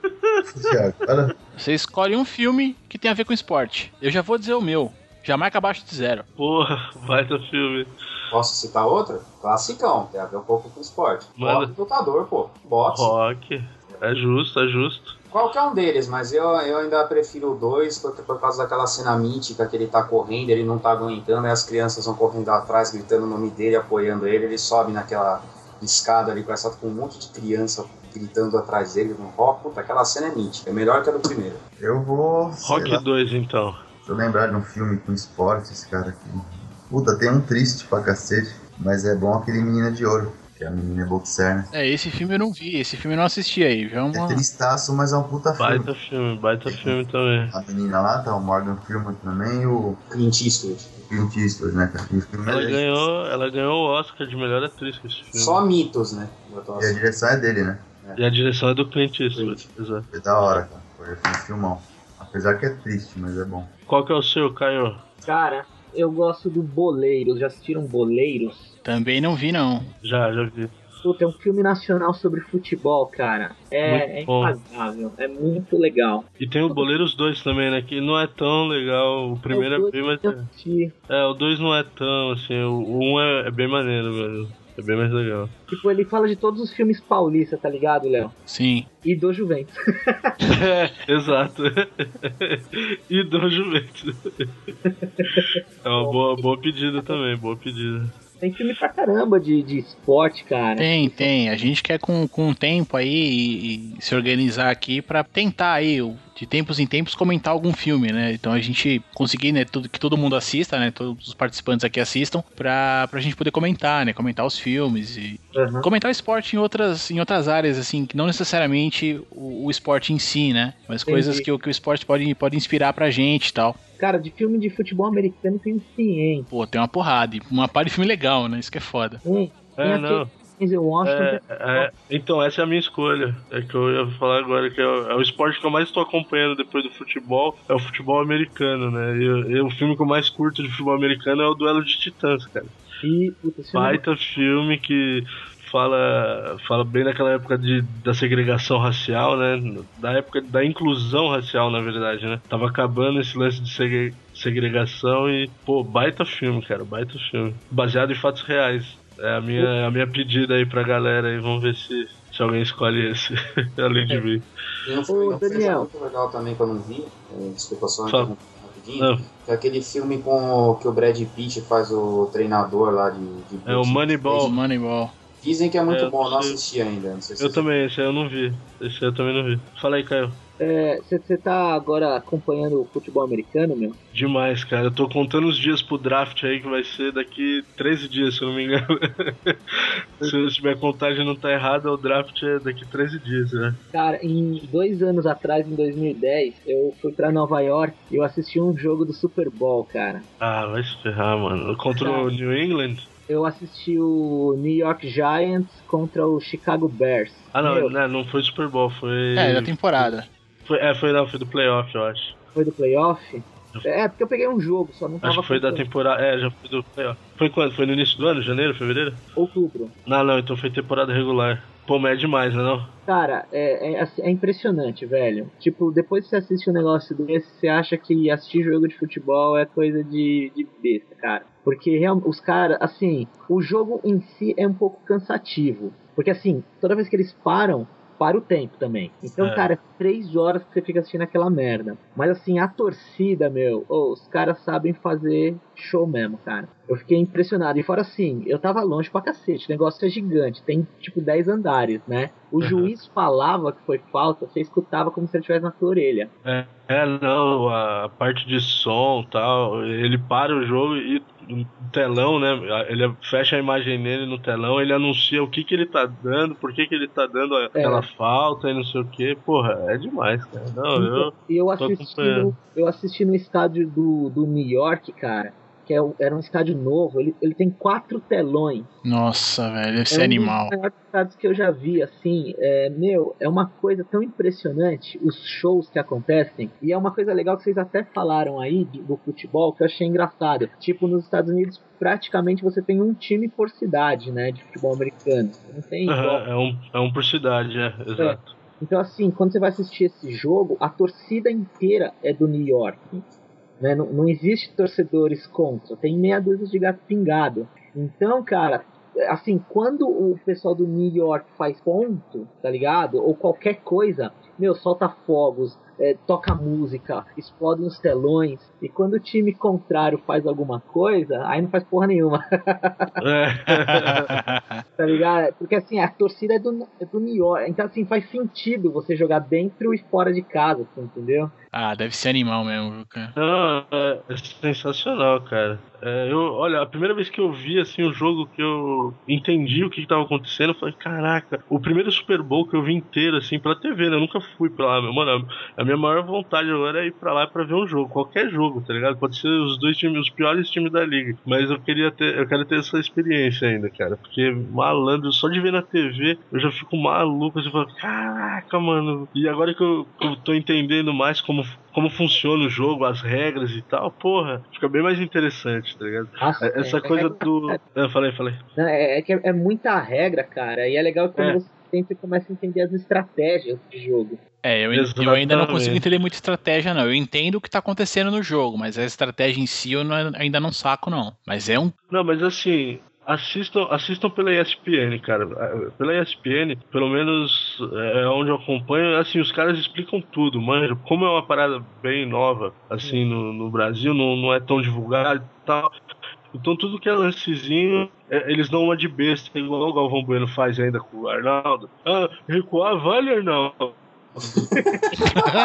Agora? Você escolhe um filme que tem a ver com esporte. Eu já vou dizer o meu. Jamaica abaixo de zero. Porra, baita filme. Posso citar outra? Classicão, tem a ver um pouco com esporte. Manda. Rock lutador, pô. Boxe. Rock. É justo, é justo. Qualquer um deles, mas eu, eu ainda prefiro o dois, porque por causa daquela cena mítica que ele tá correndo, ele não tá aguentando, aí as crianças vão correndo atrás, gritando o nome dele, apoiando ele, ele sobe naquela escada ali, conversado com um monte de criança gritando atrás dele no rock. Puta, aquela cena é mítica, é melhor que a do primeiro. Eu vou... Rock dois, então. Deixa eu lembrar de um filme com esporte, esse cara aqui. Puta, tem um triste pra cacete, mas é bom aquele Menina de Ouro, que a menina é boxer, né? É, esse filme eu não vi, esse filme eu não assisti aí. Já é, uma... é tristaço, mas é um puta filme. Baita filme, baita filme também. A menina lá, tá o Morgan Freeman também e o... Clint Eastwood. Clint Eastwood, né, cara? E o filme Ela é ganhou, ela ganhou o Oscar de melhor atriz com esse filme. Só mitos, né? E a direção é dele, né? E a direção é do Clint Eastwood, exato. Foi da hora, cara. Foi um filmão. Apesar que é triste, mas é bom. Qual que é o seu, Caio? Cara, eu gosto do Boleiros. Já assistiram Boleiros? Também não vi, não. Já, já vi. Puta, é um filme nacional sobre futebol, cara. É, é impagável, é muito legal. E tem o Boleiros dois também, né? Que não é tão legal. O primeiro é, é bem mais... É, o dois não é tão, assim. O um é, é bem maneiro, velho. É bem mais legal. Tipo, ele fala de todos os filmes paulistas, tá ligado, Léo? Sim. E do Juventus. É, exato. E do Juventus. É uma boa, boa pedida também, boa pedida. Tem filme pra caramba de, de esporte, cara. Tem, tem. A gente quer com, com o tempo aí e, e se organizar aqui pra tentar aí de tempos em tempos, comentar algum filme, né? Então a gente conseguir, né, tudo, que todo mundo assista, né? Todos os participantes aqui assistam, pra, pra gente poder comentar, né? Comentar os filmes e uhum. comentar o esporte em outras, em outras áreas, assim, que não necessariamente o, o esporte em si, né? Mas Entendi. coisas que, que o esporte pode, pode inspirar pra gente e tal. Cara, de filme de futebol americano tem sim, hein? Pô, tem uma porrada. Uma par de filme legal, né? Isso que é foda. Hum, é, não. É, é, então, essa é a minha escolha. É que eu ia falar agora, que é o, é o esporte que eu mais estou acompanhando depois do futebol, é o futebol americano, né? E, e o filme que eu mais curto de futebol americano é o Duelo de Titãs, cara. E, puta, baita filme que fala, fala bem daquela época de, da segregação racial, né? Da época da inclusão racial, na verdade, né? Tava acabando esse lance de segre, segregação e, pô, baita filme, cara, baita filme. Baseado em fatos reais. É a minha, a minha pedida aí pra galera aí, vamos ver se, se alguém escolhe esse, além de mim. E um filme que é muito legal também que eu não vi, é, desculpa só rapidinho, não. Que é aquele filme com o, que o Brad Pitt faz o treinador lá de... de é o Moneyball. Moneyball. Dizem que é muito é, bom, eu não assisti ainda. Não sei se eu também, esse aí eu não vi. Esse aí eu também não vi. Fala aí, Caio. Você é, tá agora acompanhando o futebol americano, meu? Demais, cara. Eu tô contando os dias pro draft aí, que vai ser daqui treze dias, se eu não me engano. se, se minha contagem não tá errada, o draft é daqui treze dias, né? Cara, em dois anos atrás, em dois mil e dez, eu fui pra Nova York e eu assisti um jogo do Super Bowl, cara. Ah, vai se ferrar, mano. Contra cara, o New England? Eu assisti o New York Giants contra o Chicago Bears. Ah, não, Meu, não, não foi Super Bowl, foi... É, da temporada. Foi, é, foi, não, foi do playoff, eu acho. Foi do playoff? É, porque eu peguei um jogo, só não tava... Acho que foi da temporada, é, já foi do playoff. Foi quando? Foi no início do ano? Janeiro, fevereiro? Outubro. Não, não, então foi temporada regular. Pô, mas é demais, né, não? Cara, é, é, é impressionante, velho. Tipo, depois que você assiste um negócio desse, você acha que assistir jogo de futebol é coisa de, de besta, cara. Porque os caras, assim, o jogo em si é um pouco cansativo. Porque, assim, toda vez que eles param, para o tempo também. Então, é. cara, três horas que você fica assistindo aquela merda. Mas assim, a torcida, meu, oh, os caras sabem fazer show mesmo, cara. Eu fiquei impressionado. E fora assim, eu tava longe pra cacete. O negócio é gigante. Tem tipo dez andares, né? O uhum. juiz falava que foi falta, você escutava como se ele estivesse na sua orelha. É, é, não, a parte de som e tal, ele para o jogo e no telão, né? Ele fecha a imagem nele no telão, ele anuncia o que que ele tá dando, por que que ele tá dando aquela é. falta e não sei o que. Porra, é demais, cara. Não, então, eu, e eu assisti, no, eu assisti no estádio do, do New York, cara, que é, era um estádio novo, ele, ele tem quatro telões. Nossa, velho, esse é animal. Um dos maiores estádios que eu já vi, assim, é, meu, é uma coisa tão impressionante, os shows que acontecem, e é uma coisa legal que vocês até falaram aí do, do futebol, que eu achei engraçado. Tipo, nos Estados Unidos, praticamente você tem um time por cidade, né, de futebol americano. Não tem uhum, é, um, é um por cidade, é, exato. É. Então, assim, quando você vai assistir esse jogo, a torcida inteira é do New York. Né? Não, não existe torcedores contra, tem meia dúzia de gato pingado. Então, cara, assim, quando o pessoal do New York faz ponto, tá ligado? Ou qualquer coisa, meu, solta fogos, é, toca música, explodem os telões, e quando o time contrário faz alguma coisa, aí não faz porra nenhuma. Tá ligado? Porque assim, a torcida é do, é do New York, então assim, faz sentido você jogar dentro e fora de casa, assim, entendeu? Ah, deve ser animal mesmo, cara. Não, é, é sensacional, cara. É, eu, olha, a primeira vez que eu vi assim, o jogo, que eu entendi o que estava acontecendo, eu falei, caraca, o primeiro Super Bowl que eu vi inteiro, assim, pela T V, né? Eu nunca fui pra lá, meu. Mano, a minha maior vontade agora é ir pra lá pra ver um jogo, qualquer jogo, tá ligado? Pode ser os dois times, os piores times da liga. Mas eu queria ter, eu quero ter essa experiência ainda, cara. Porque malandro, só de ver na T V, eu já fico maluco, assim, falo, caraca, mano. E agora que eu, que eu tô entendendo mais como como funciona o jogo, as regras e tal, porra, fica bem mais interessante, tá ligado? Nossa, Essa é, coisa é, do... É, eu falei, falei. É, é que é, é muita regra, cara, e é legal quando é. você sempre começa a entender as estratégias de jogo. É, eu, eu ainda não consigo entender muita estratégia, não. Eu entendo o que tá acontecendo no jogo, mas a estratégia em si eu não, ainda não saco, não. Mas é um... Não, mas assim... Assistam, assistam pela E S P N, cara. Pela E S P N, pelo menos é onde eu acompanho, assim, os caras explicam tudo, manja. Como é uma parada bem nova, assim, no, no Brasil, não, não é tão divulgado e tal. Então tudo que é lancezinho, é, eles dão uma de besta, igual o Galvão Bueno faz ainda com o Arnaldo. Ah, recuar vale, Arnaldo.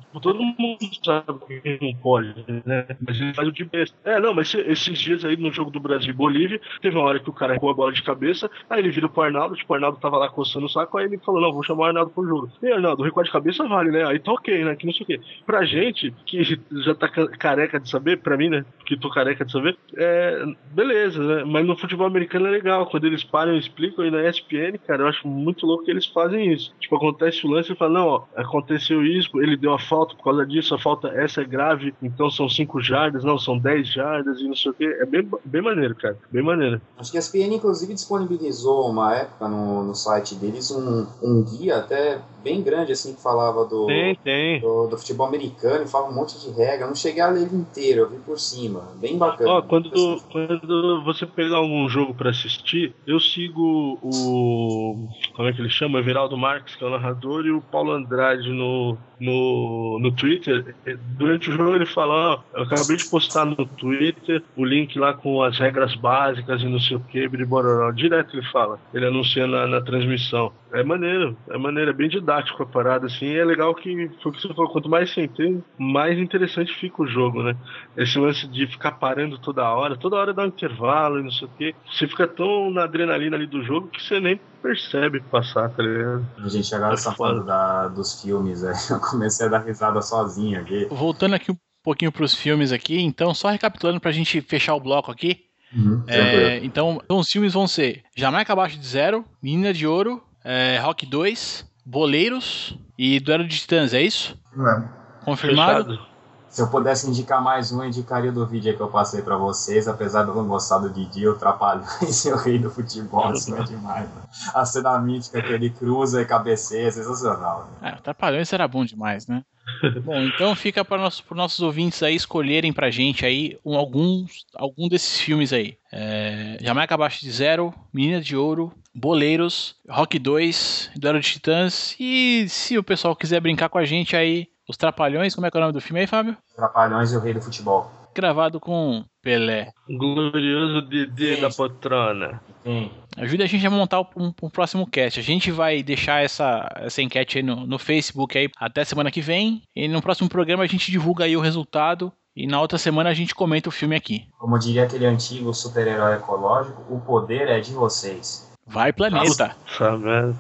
todo mundo sabe que não pode, né? Mas ele faz o tipo. É, não, mas esses dias aí no jogo do Brasil e Bolívia, teve uma hora que o cara errou a bola de cabeça, aí ele vira pro Arnaldo, tipo, o Arnaldo tava lá coçando o saco, aí ele falou, não, vou chamar o Arnaldo pro jogo. E Arnaldo, o recuar de cabeça vale, né? Aí tá ok, né? Que não sei o quê. Pra gente, que já tá careca de saber, pra mim, né? Que tô careca de saber, é. Beleza, né? Mas no futebol americano é legal. Quando eles param e explicam aí na E S P N, cara, eu acho muito louco que eles fazem isso. Tipo, acontece o lance e fala, não, ó, aconteceu isso, ele deu a falta por causa disso, a falta essa é grave, então são cinco jardas, não, são dez jardas e não sei o que. É bem, bem maneiro, cara, bem maneiro. Acho que a E S P N, inclusive, disponibilizou uma época no, no site deles um, um guia até bem grande, assim, que falava do, tem, tem. do, do futebol americano, e falava um monte de regra. Eu não cheguei a ler ele inteiro, eu vi por cima. Bem bacana. Ó, quando, quando você pegar algum jogo pra assistir, eu sigo o... como é que ele chama? Everaldo Marques, que é o narrador, e o Paulo Andrade no, no, no Twitter. Durante o jogo ele fala, ó, eu acabei de postar no Twitter o link lá com as regras básicas e não sei o que, biribororó. Direto ele fala, ele anuncia na, na transmissão. É maneiro, é maneiro, é bem didático a parada, assim, e é legal que, foi o que você falou, quanto mais você entende, mais interessante fica o jogo, né? Esse lance de ficar parando toda hora, toda hora dá um intervalo e não sei o que, você fica tão na adrenalina ali do jogo que você nem percebe passar, tá ligado? A gente agora tá falando da, dos filmes, é. Eu comecei a dar risada sozinho aqui. Voltando aqui um pouquinho pros filmes aqui, então, só recapitulando pra gente fechar o bloco aqui. Uhum, é, então, então, os filmes vão ser Jamaica Abaixo de Zero, Menina de Ouro, é, Rock dois, Boleiros e Duelo de Titãs, é isso? Não. Confirmado? Fechado. Se eu pudesse indicar mais um, eu indicaria do vídeo que eu passei pra vocês, apesar de eu não gostar do Didi, o Trapalhões e o Rei do Futebol, assim, é demais. Né? A cena mítica que ele cruza e cabeceia é sensacional. Né? É, o Trapalhões era bom demais, né? Bom, então fica para os nossos ouvintes aí escolherem pra gente aí um, alguns, algum desses filmes aí. É, Jamaica Abaixo de Zero, Menina de Ouro, Boleiros, Rock dois, Duelo de Titãs e se o pessoal quiser brincar com a gente aí, Os Trapalhões, como é que é o nome do filme aí, Fábio? Trapalhões e o Rei do Futebol. Gravado com Pelé. Glorioso Didi da Poltrona. Sim. Ajuda a gente a montar um, um próximo cast. A gente vai deixar essa, essa enquete aí no, no Facebook aí até semana que vem. E no próximo programa a gente divulga aí o resultado. E na outra semana a gente comenta o filme aqui. Como diria aquele antigo super-herói ecológico, o poder é de vocês. Vai, planeta! Nossa, merda.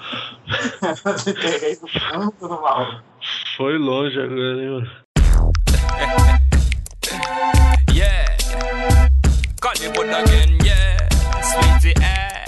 Foi longe agora, hein, mano. Yeah, Hollywood again, yeah, sweetie, eh.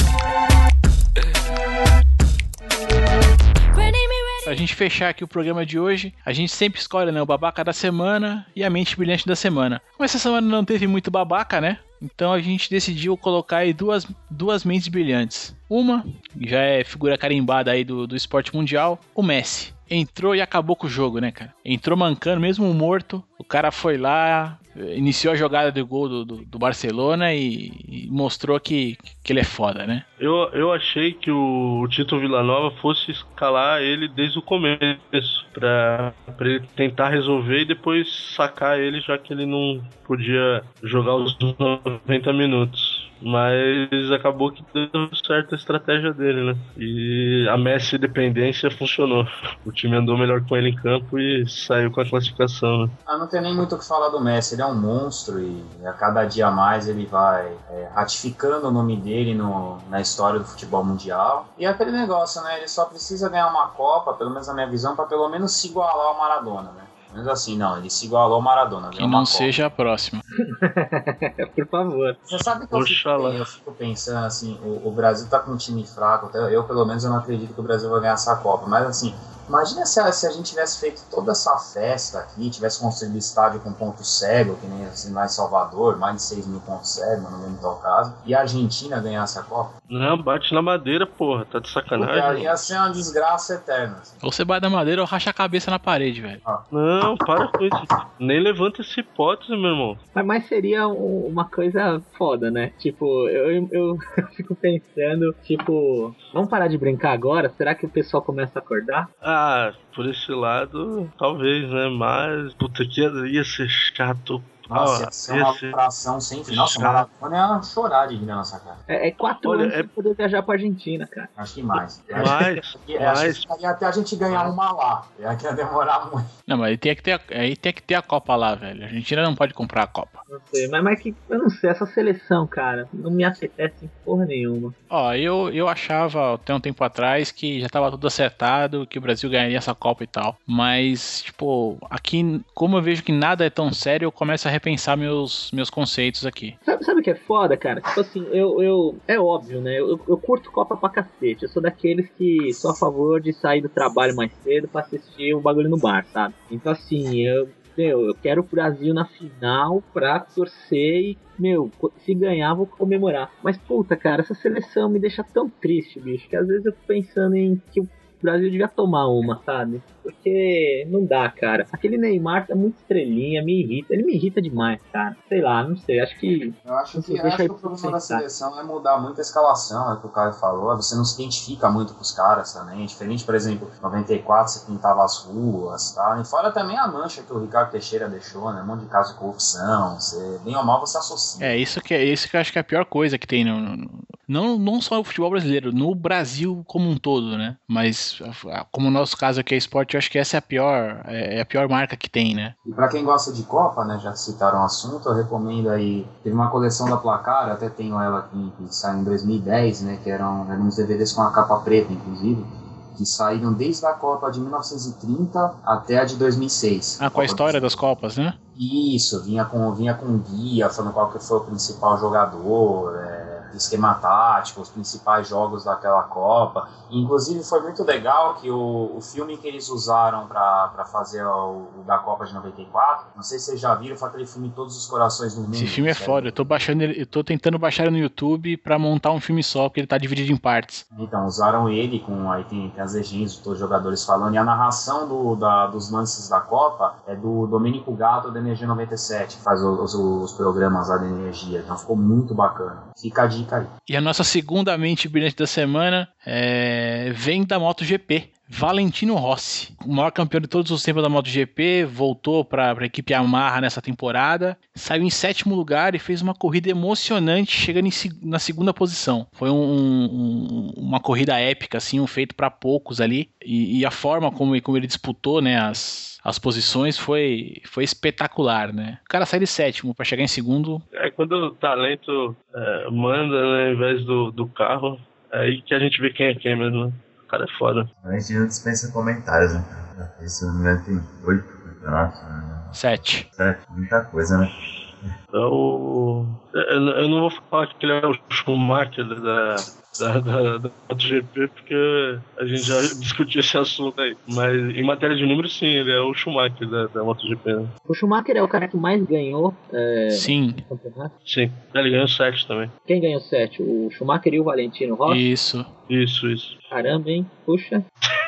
Pra gente fechar aqui o programa de hoje, a gente sempre escolhe, né, o babaca da semana e a mente brilhante da semana. Como essa semana não teve muito babaca, né? Então a gente decidiu colocar aí duas, duas mentes brilhantes. Uma, já é figura carimbada aí do, do esporte mundial, o Messi. Entrou e acabou com o jogo, né, cara? Entrou mancando, mesmo morto. O cara foi lá, iniciou a jogada do gol do, do, do Barcelona e, e mostrou que, que ele é foda, né? Eu, eu achei que o, o Tito Villanova fosse escalar ele desde o começo, pra, pra ele tentar resolver e depois sacar ele, já que ele não podia jogar os noventa minutos. Mas acabou que deu certo a estratégia dele, né? E a Messi dependência funcionou. O time andou melhor com ele em campo e saiu com a classificação, né? Ah, não tem nem muito o que falar do Messi. Ele é um monstro e a cada dia mais ele vai é, ratificando o nome dele no, na história do futebol mundial. E é aquele negócio, né? Ele só precisa ganhar uma Copa, pelo menos na minha visão, para pelo menos se igualar ao Maradona, né? Mas assim, não, ele se igualou ao Maradona. Que não seja a próxima. Por favor. Você sabe que eu fico, eu fico pensando assim, o, o Brasil tá com um time fraco, até eu pelo menos eu não acredito que o Brasil vai ganhar essa Copa, mas assim, imagina se a, se a gente tivesse feito toda essa festa aqui, tivesse construído estádio com ponto cego, que nem assim, lá em Salvador, mais de seis mil pontos cegos, mas não lembro tal caso, e a Argentina ganhasse a Copa. Não, bate na madeira, porra, tá de sacanagem. Porque ia ser uma desgraça eterna. Assim. Ou você bate na madeira ou racha a cabeça na parede, velho. Ah. Não, para com isso. Nem levanta essa hipótese, meu irmão. Mas, mas seria um, uma coisa foda, né? Tipo, eu, eu, eu fico pensando, tipo, vamos parar de brincar agora? Será que o pessoal começa a acordar? Ah, por esse lado, talvez, né? Mas, puta, que ia ser chato Nossa, ia ser uma esse- atração sem fim. Nossa, o Chato. Maradona ia chorar de rir na nossa cara. É, é quatro Olha, anos é- sem poder viajar pra Argentina, cara. Acho que mais. Eu acho Mas, que, eu acho que mas, ficaria até a gente ganhar uma lá. É que ia demorar muito. Não, mas aí tem que ter, a- aí tem que ter a Copa lá, velho. A Argentina não pode comprar a Copa. Não sei, mas, mas que, eu não sei, essa seleção, cara, não me apetece em porra nenhuma. Ó, eu, eu achava até um tempo atrás que já tava tudo acertado, que o Brasil ganharia essa Copa e tal. Mas, tipo, aqui, como eu vejo que nada é tão sério, eu começo a repensar meus, meus conceitos aqui. Sabe, sabe o que é foda, cara? Tipo assim, eu, eu é óbvio, né? Eu, eu curto Copa pra cacete. Eu sou daqueles que sou a favor de sair do trabalho mais cedo pra assistir o bagulho no bar, sabe? Então, assim, eu. Meu, eu quero o Brasil na final pra torcer e, meu, se ganhar, vou comemorar. Mas, puta, cara, essa seleção me deixa tão triste, bicho, que às vezes eu fico pensando em que o Brasil devia tomar uma, sabe? Porque não dá, cara. Aquele Neymar tá muito estrelinha, me irrita. Ele me irrita demais, cara. Sei lá, não sei, acho que... Eu acho que, Deixa acho que aí o problema pra da pensar. seleção é mudar muito a escalação, é o que o Caio falou. Você não se identifica muito com os caras também. Diferente, por exemplo, em noventa e quatro você pintava as ruas, tá? E fora também a mancha que o Ricardo Teixeira deixou, né? Um monte de caso de corrupção. Você, bem ou mal você associa. É, isso que, é isso que eu acho que é a pior coisa que tem no, no- não, não só no futebol brasileiro, no Brasil como um todo, né? Mas a- como o nosso caso aqui é esporte, eu acho que essa é a pior, é é a pior marca que tem, né? E pra quem gosta de Copa, né, já que citaram o assunto, eu recomendo aí, teve uma coleção da Placar, eu até tenho ela aqui, que saiu em dois mil e dez, né, que eram, eram uns D V Ds com a capa preta, inclusive, que saíram desde a Copa de mil novecentos e trinta até a de dois mil e seis. Ah, com a Copa história do- das Copas, né? Isso, vinha com, vinha com guia, falando qual que foi o principal jogador, é, esquema tático, os principais jogos daquela Copa. Inclusive foi muito legal que o, o filme que eles usaram para fazer o, o da Copa de noventa e quatro, não sei se vocês já viram, foi aquele filme Todos os Corações do Mundo. Esse filme é sabe? foda. Eu tô baixando ele, eu tô tentando baixar ele no YouTube pra montar um filme só, porque ele tá dividido em partes. Então, usaram ele, com aí tem, tem as legendas de todos os jogadores falando, e a narração do, da, dos lances da Copa é do Domênico Gatto da Energia noventa e sete, que faz os, os programas lá da Energia, então ficou muito bacana. Fica a dica aí. E a nossa segunda mente brilhante da semana é... vem da MotoGP. Valentino Rossi, o maior campeão de todos os tempos da MotoGP, voltou para a equipe Yamaha nessa temporada, saiu em sétimo lugar e fez uma corrida emocionante, chegando em, se- na segunda posição. Foi um- um- uma corrida épica, assim, um feito para poucos ali, e, e a forma como, como ele disputou, né, as, as posições foi, foi espetacular, né? O cara sai de sétimo para chegar em segundo. é quando o talento é, manda, né, ao invés do, do carro, é aí que a gente vê quem é quem mesmo, né? O cara é foda. A gente não dispensa comentários, né? Isso não me engano, tem oito campeonatos, né? Sete. Sete, muita coisa, né? Então, eu, eu não vou falar que ele é o Schumacher da, da, da, da MotoGP, porque a gente já discutiu esse assunto aí. Mas em matéria de números, sim, ele é o Schumacher da, da MotoGP. Né? O Schumacher é o cara que mais ganhou é, Sim, no campeonato. Sim, ele ganhou sete também. Quem ganhou sete? O Schumacher e o Valentino Rossi? isso. Isso, isso. Caramba, hein? Puxa.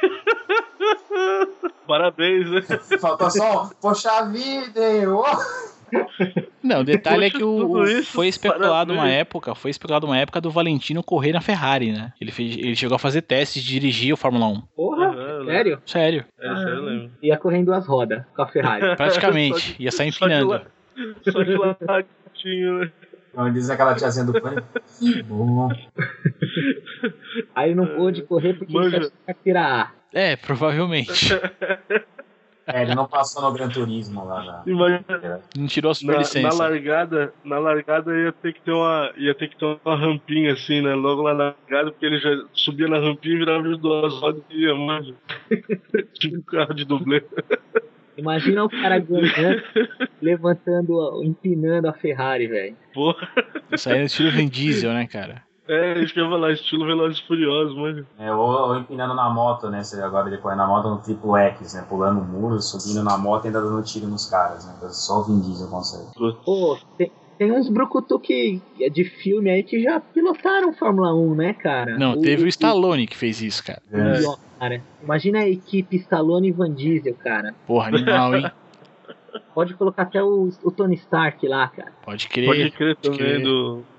Parabéns, né? Faltou só, um, poxa vida, hein? Ô! Não, o detalhe é que o, Tudo o- isso, foi especulado uma parabéns. época, foi especulado uma época do Valentino correr na Ferrari, né? Ele, fez, ele chegou a fazer testes de dirigir o Fórmula um. Porra, Uhum, né? sério? Sério, É, isso aí eu lembro. Ia correndo duas rodas com a Ferrari. praticamente. Ia sair Só de empinando. lá- Só de latinho, né? Como diz aquela tiazinha do pânico. Que bom. Aí não pôde correr porque Manja. ele quer tirar A. É, provavelmente. É, ele não passou no Gran Turismo lá na. Imagina, Não tirou a na, na superlicença. largada, na largada ia ter que ter uma, ia ter que ter uma rampinha assim, né? Logo lá na largada, porque ele já subia na rampinha, virava de duas rodas e ia, manja. Tipo um carro de dublê. Imagina o cara ganhando, levantando, empinando a Ferrari, velho. Porra. Isso aí é no estilo Vin Diesel, né, cara? É, isso que eu ia falar, estilo Velozes e Furiosos, manja. É, ou, ou empinando na moto, né? Você agora ele corre na moto no triplo X, né? Pulando o muro, subindo na moto e ainda dando tiro nos caras, né? Só o Vin Diesel consegue. Pô, tem, tem uns brucutu que, de filme aí que já pilotaram Fórmula um, né, cara? Não, teve o Stallone que fez isso, cara. o- ó, cara. Imagina a equipe Stallone e Van Diesel, cara. Porra, animal, hein? Pode colocar até o, o Tony Stark lá, cara. Pode crer. Pode crer pode também crer. do,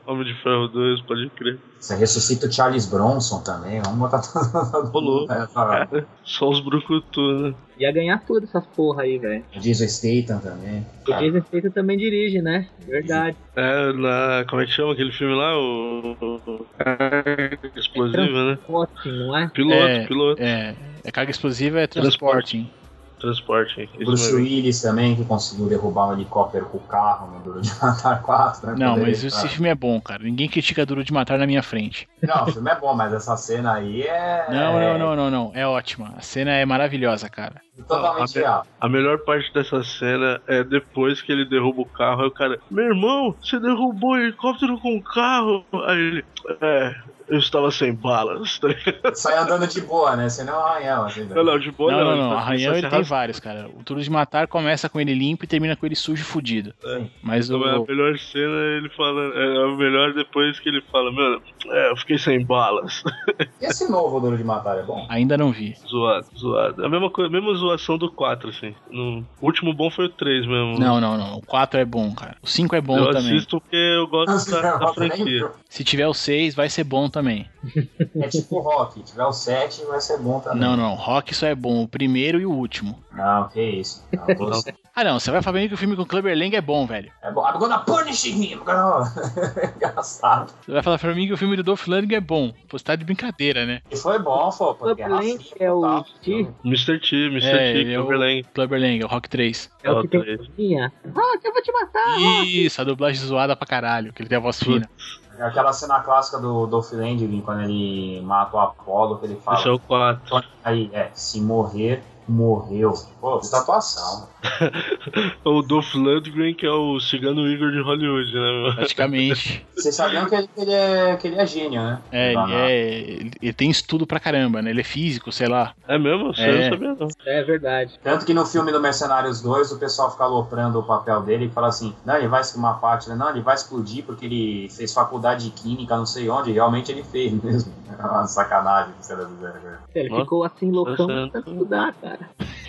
Homem de Ferro dois, pode crer. Você ressuscita o Charles Bronson também, vamos botar todo Rolou. mundo. É, Só os brucutu, né? Ia ganhar tudo essas porra aí, velho. o Jason Statham também. O Jason Statham também dirige, né? Verdade. É, na. Como é que chama aquele filme lá? O. o- Carga Explosiva, né? Ótimo, não é? Piloto, É, piloto. É, é carga explosiva, é Transporte. transporting. Transporte. Isso Bruce mesmo. Willis também, que conseguiu derrubar um helicóptero com o carro no Duro de Matar quatro, né? Não, Quando mas ele esse tá- filme é bom, cara. Ninguém critica Duro de Matar na minha frente. Não, o filme é bom, mas essa cena aí é... Não, é não, não, não, não. É ótima. A cena é maravilhosa, cara. totalmente Ah, real. A melhor parte dessa cena é depois que ele derruba o carro, aí o cara, meu irmão, você derrubou o helicóptero com o carro? Aí ele, é, eu estava sem balas, tá ligado? Sai andando de boa, né? Você não é um arranhão, assim. Não, não, de boa Não, não. não, ele não. tá- Arranhão só ele se tem arrasta- vários, cara. O Duro de Matar começa com ele limpo e termina com ele sujo e fudido. É. Mas o... Então, é a melhor cena é ele falando, é a melhor depois que ele fala, mano, é, eu fiquei sem balas. E esse novo Duro de Matar é bom? Ainda não vi. Zoado, zoado. A mesma coisa, a mesma zoação do quatro, assim. No... O último bom foi o três mesmo. Não, não, não. O quatro é bom, cara. O cinco é bom eu também. assisto porque eu gosto da, da franquia. Se tiver o seis, vai ser bom também. É tipo rock, se tiver o sete vai ser bom também. Não, não. Rock só é bom. O primeiro e o último. Não, que isso. Não, todos- Ah, não. Você vai falar pra mim que o filme com o Clubber Lang é bom, velho. É bom. I'm gonna punish him! I'm gonna... Engraçado. Você vai falar pra mim que o filme do Dolph Lundgren é bom. Pô, você tá de brincadeira, né? E foi bom, pô. Porque Club Lang é o T? mister T, mister É, T, ele é o Cumberland. Clubber Lang, é o Rock três. É o que tem três. tinha. Ah, que eu vou te matar! Isso, a dublagem zoada pra caralho, que ele tem a voz fina. Aquela cena clássica do Dolph Lundgren, quando ele mata o Apollo, que ele fala... Esse é o quatro. Aí, é, se morrer, morreu. Pô, que atuação. O Dolph Lundgren, que é o cigano Igor de Hollywood, né? meu? Praticamente. Vocês sabiam que ele, que ele é, que ele é gênio, né? É, Lá ele, na- é, ele, ele tem estudo pra caramba, né? Ele é físico, sei lá. É mesmo? Você É. não sabia não. É verdade. Tanto que no filme do Mercenários dois, o pessoal fica aloprando o papel dele e fala assim, não, ele vai uma parte, né? Não, ele vai explodir porque ele fez faculdade de química, não sei onde, e realmente ele fez mesmo. É uma sacanagem que você deve dizer. Né? Ele Nossa. ficou assim loucão Nossa. pra estudar, cara.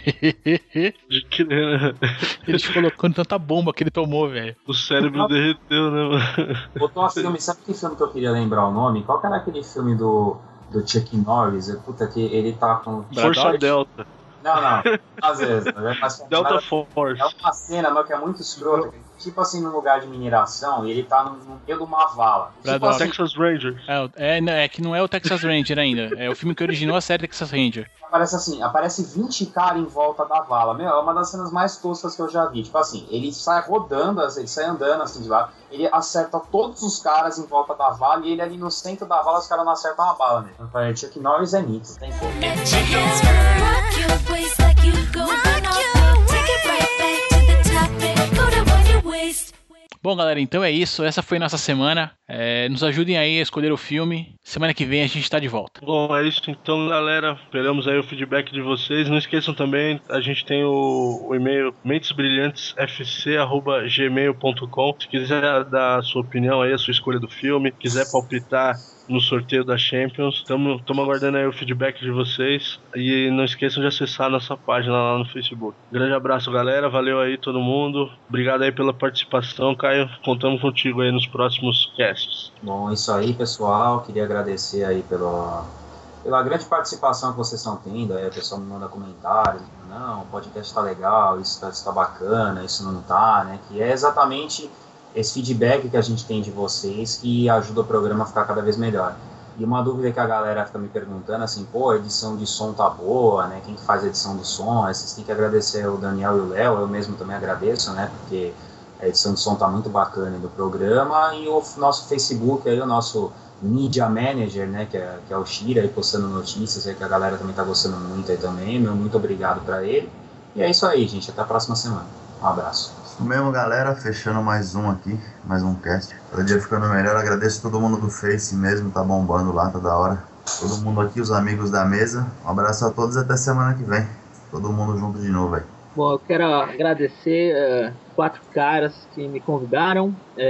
De que, né? Ele te colocando tanta bomba que ele tomou, velho. O cérebro derreteu, né, mano? Botou um filme, sabe que filme que eu queria lembrar o nome? Qual que era aquele filme do, do Chuck Norris? Eu, Puta, que ele tá com... Força Braddock? Delta. Não, não, às vezes. Né? Mas, Delta mas- Force. É uma cena não, que é muito escrota, que, tipo assim, num lugar de mineração, e ele tá no, no meio de uma vala. Tipo Braddock. assim, Texas Rangers. É, é, não, é que não é o Texas Ranger ainda. É o filme que originou a série Texas Ranger. aparece assim, aparece vinte caras em volta da vala. Meu, é uma das cenas mais toscas que eu já vi. Tipo assim, ele sai rodando, ele sai andando assim de lá, ele acerta todos os caras em volta da vala, e ele ali no centro da vala, os caras não acertam uma bala, né? Eu falei, Chuck Norris é nito, tem como. Let your hands rock your waist like you go run off. Take it right back to the top and go to on your waist. Bom, galera, então é isso. Essa foi nossa semana. É, nos ajudem aí a escolher o filme. Semana que vem a gente tá de volta. Bom, é isso então, galera. Esperamos aí o feedback de vocês. Não esqueçam também, a gente tem o, o e-mail mentesbrilhantes f c arroba gmail ponto com. Se quiser dar a sua opinião aí, a sua escolha do filme, quiser palpitar no sorteio da Champions, estamos aguardando aí o feedback de vocês. E não esqueçam de acessar a nossa página lá no Facebook. Grande abraço, galera. Valeu aí todo mundo. Obrigado aí pela participação, Caio. Contamos contigo aí nos próximos casts. Bom, isso aí, pessoal. Queria agradecer aí pela, pela grande participação que vocês estão tendo. Aí a pessoa me manda comentários. Não, o podcast tá legal, isso tá, isso tá bacana, isso não tá, né? Que é exatamente esse feedback que a gente tem de vocês que ajuda o programa a ficar cada vez melhor. E uma dúvida que a galera fica me perguntando, assim, pô, a edição de som tá boa, né? Quem que faz a edição do som? Aí vocês têm que agradecer o Daniel e o Léo, eu mesmo também agradeço, né? Porque a edição de som tá muito bacana do programa. E o nosso Facebook aí, o nosso Media Manager, né? Que é, que é o Shira, aí postando notícias aí que a galera também tá gostando muito aí também. Meu muito obrigado pra ele. E é isso aí, gente. Até a próxima semana. Um abraço. Isso mesmo, galera, fechando mais um aqui, mais um cast. Cada dia ficando melhor, agradeço todo mundo do Face mesmo, tá bombando lá, tá da hora. Todo mundo aqui, os amigos da mesa, um abraço a todos e até semana que vem. Todo mundo junto de novo aí. Bom, eu quero agradecer uh, quatro caras que me convidaram.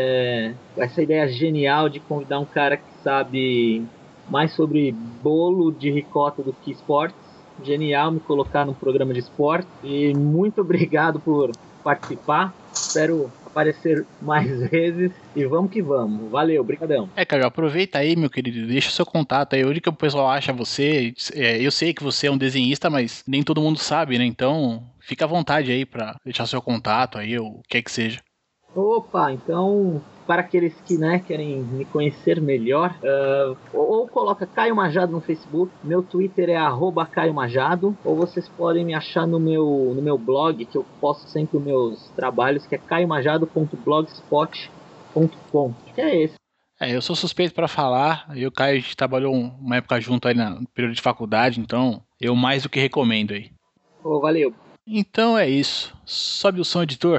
É, essa ideia genial de convidar um cara que sabe mais sobre bolo de ricota do que esportes. Genial me colocar num programa de esporte. E muito obrigado por participar. Espero aparecer mais vezes e vamos que vamos. Valeu, brigadão. É, Caio, aproveita aí, meu querido, deixa o seu contato aí, onde que o pessoal acha você. É, eu sei que você é um desenhista, mas nem todo mundo sabe, né? Então, fica à vontade aí pra deixar seu contato aí, ou o que é que seja. Opa, então, para aqueles que né, querem me conhecer melhor, uh, ou, ou coloca Caio Majado no Facebook, meu Twitter é arroba Caio Majado, ou vocês podem me achar no meu, no meu blog, que eu posto sempre os meus trabalhos, que é caio majado ponto blogspot ponto com, que é esse. É, eu sou suspeito pra falar, eu e o Caio, a gente trabalhou uma época junto aí no período de faculdade, então eu mais do que recomendo aí. Oh, valeu. Então é isso, sobe o som, editor.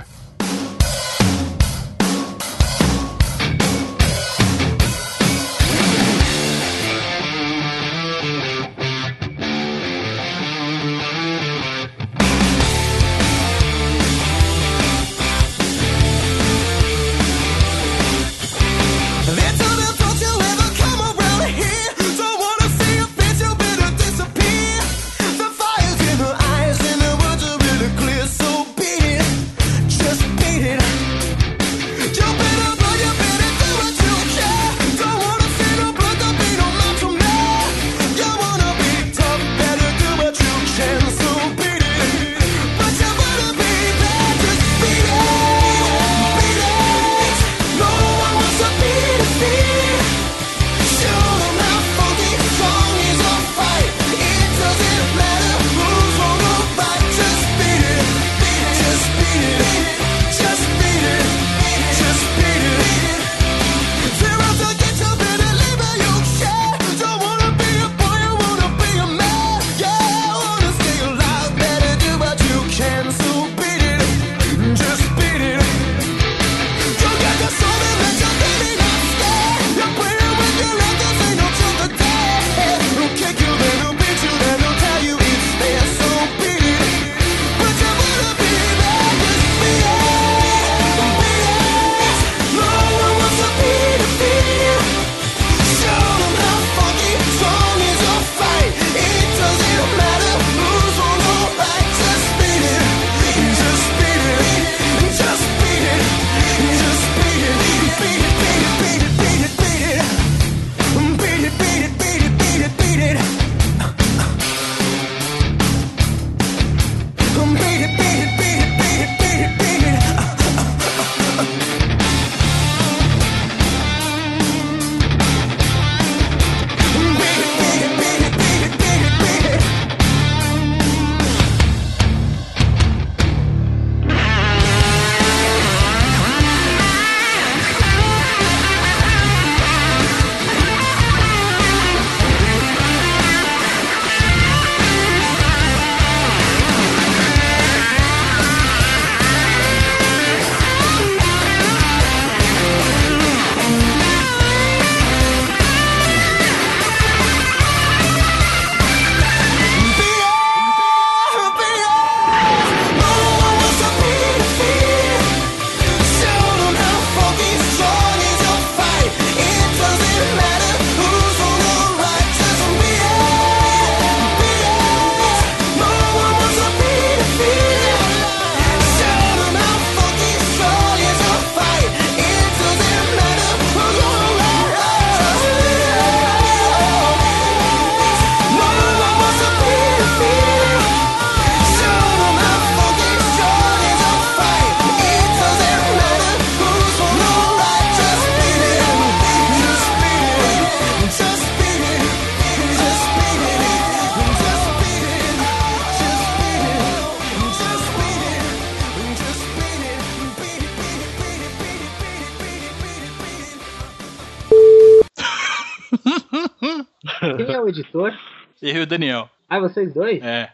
Quem é o editor? Eu e o Daniel. Ah, vocês dois? É.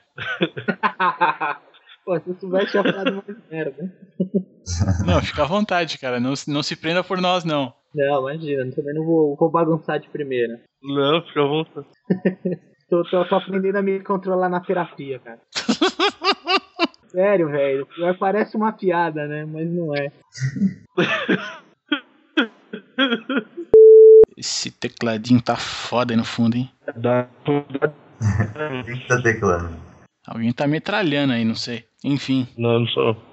Pô, se eu soubesse, tinha falado mais merda. Não, fica à vontade, cara. Não, se- não se prenda por nós, não. Não, imagina, também não vou, vou bagunçar de primeira. Não, fica à vontade. Tô, tô, tô aprendendo a me controlar na terapia, cara. Sério, velho. Parece uma piada, né? Mas não é. Esse tecladinho tá foda aí no fundo, hein? Dá. Quem que tá teclando? Alguém tá metralhando aí, não sei. Enfim. Não, não sou.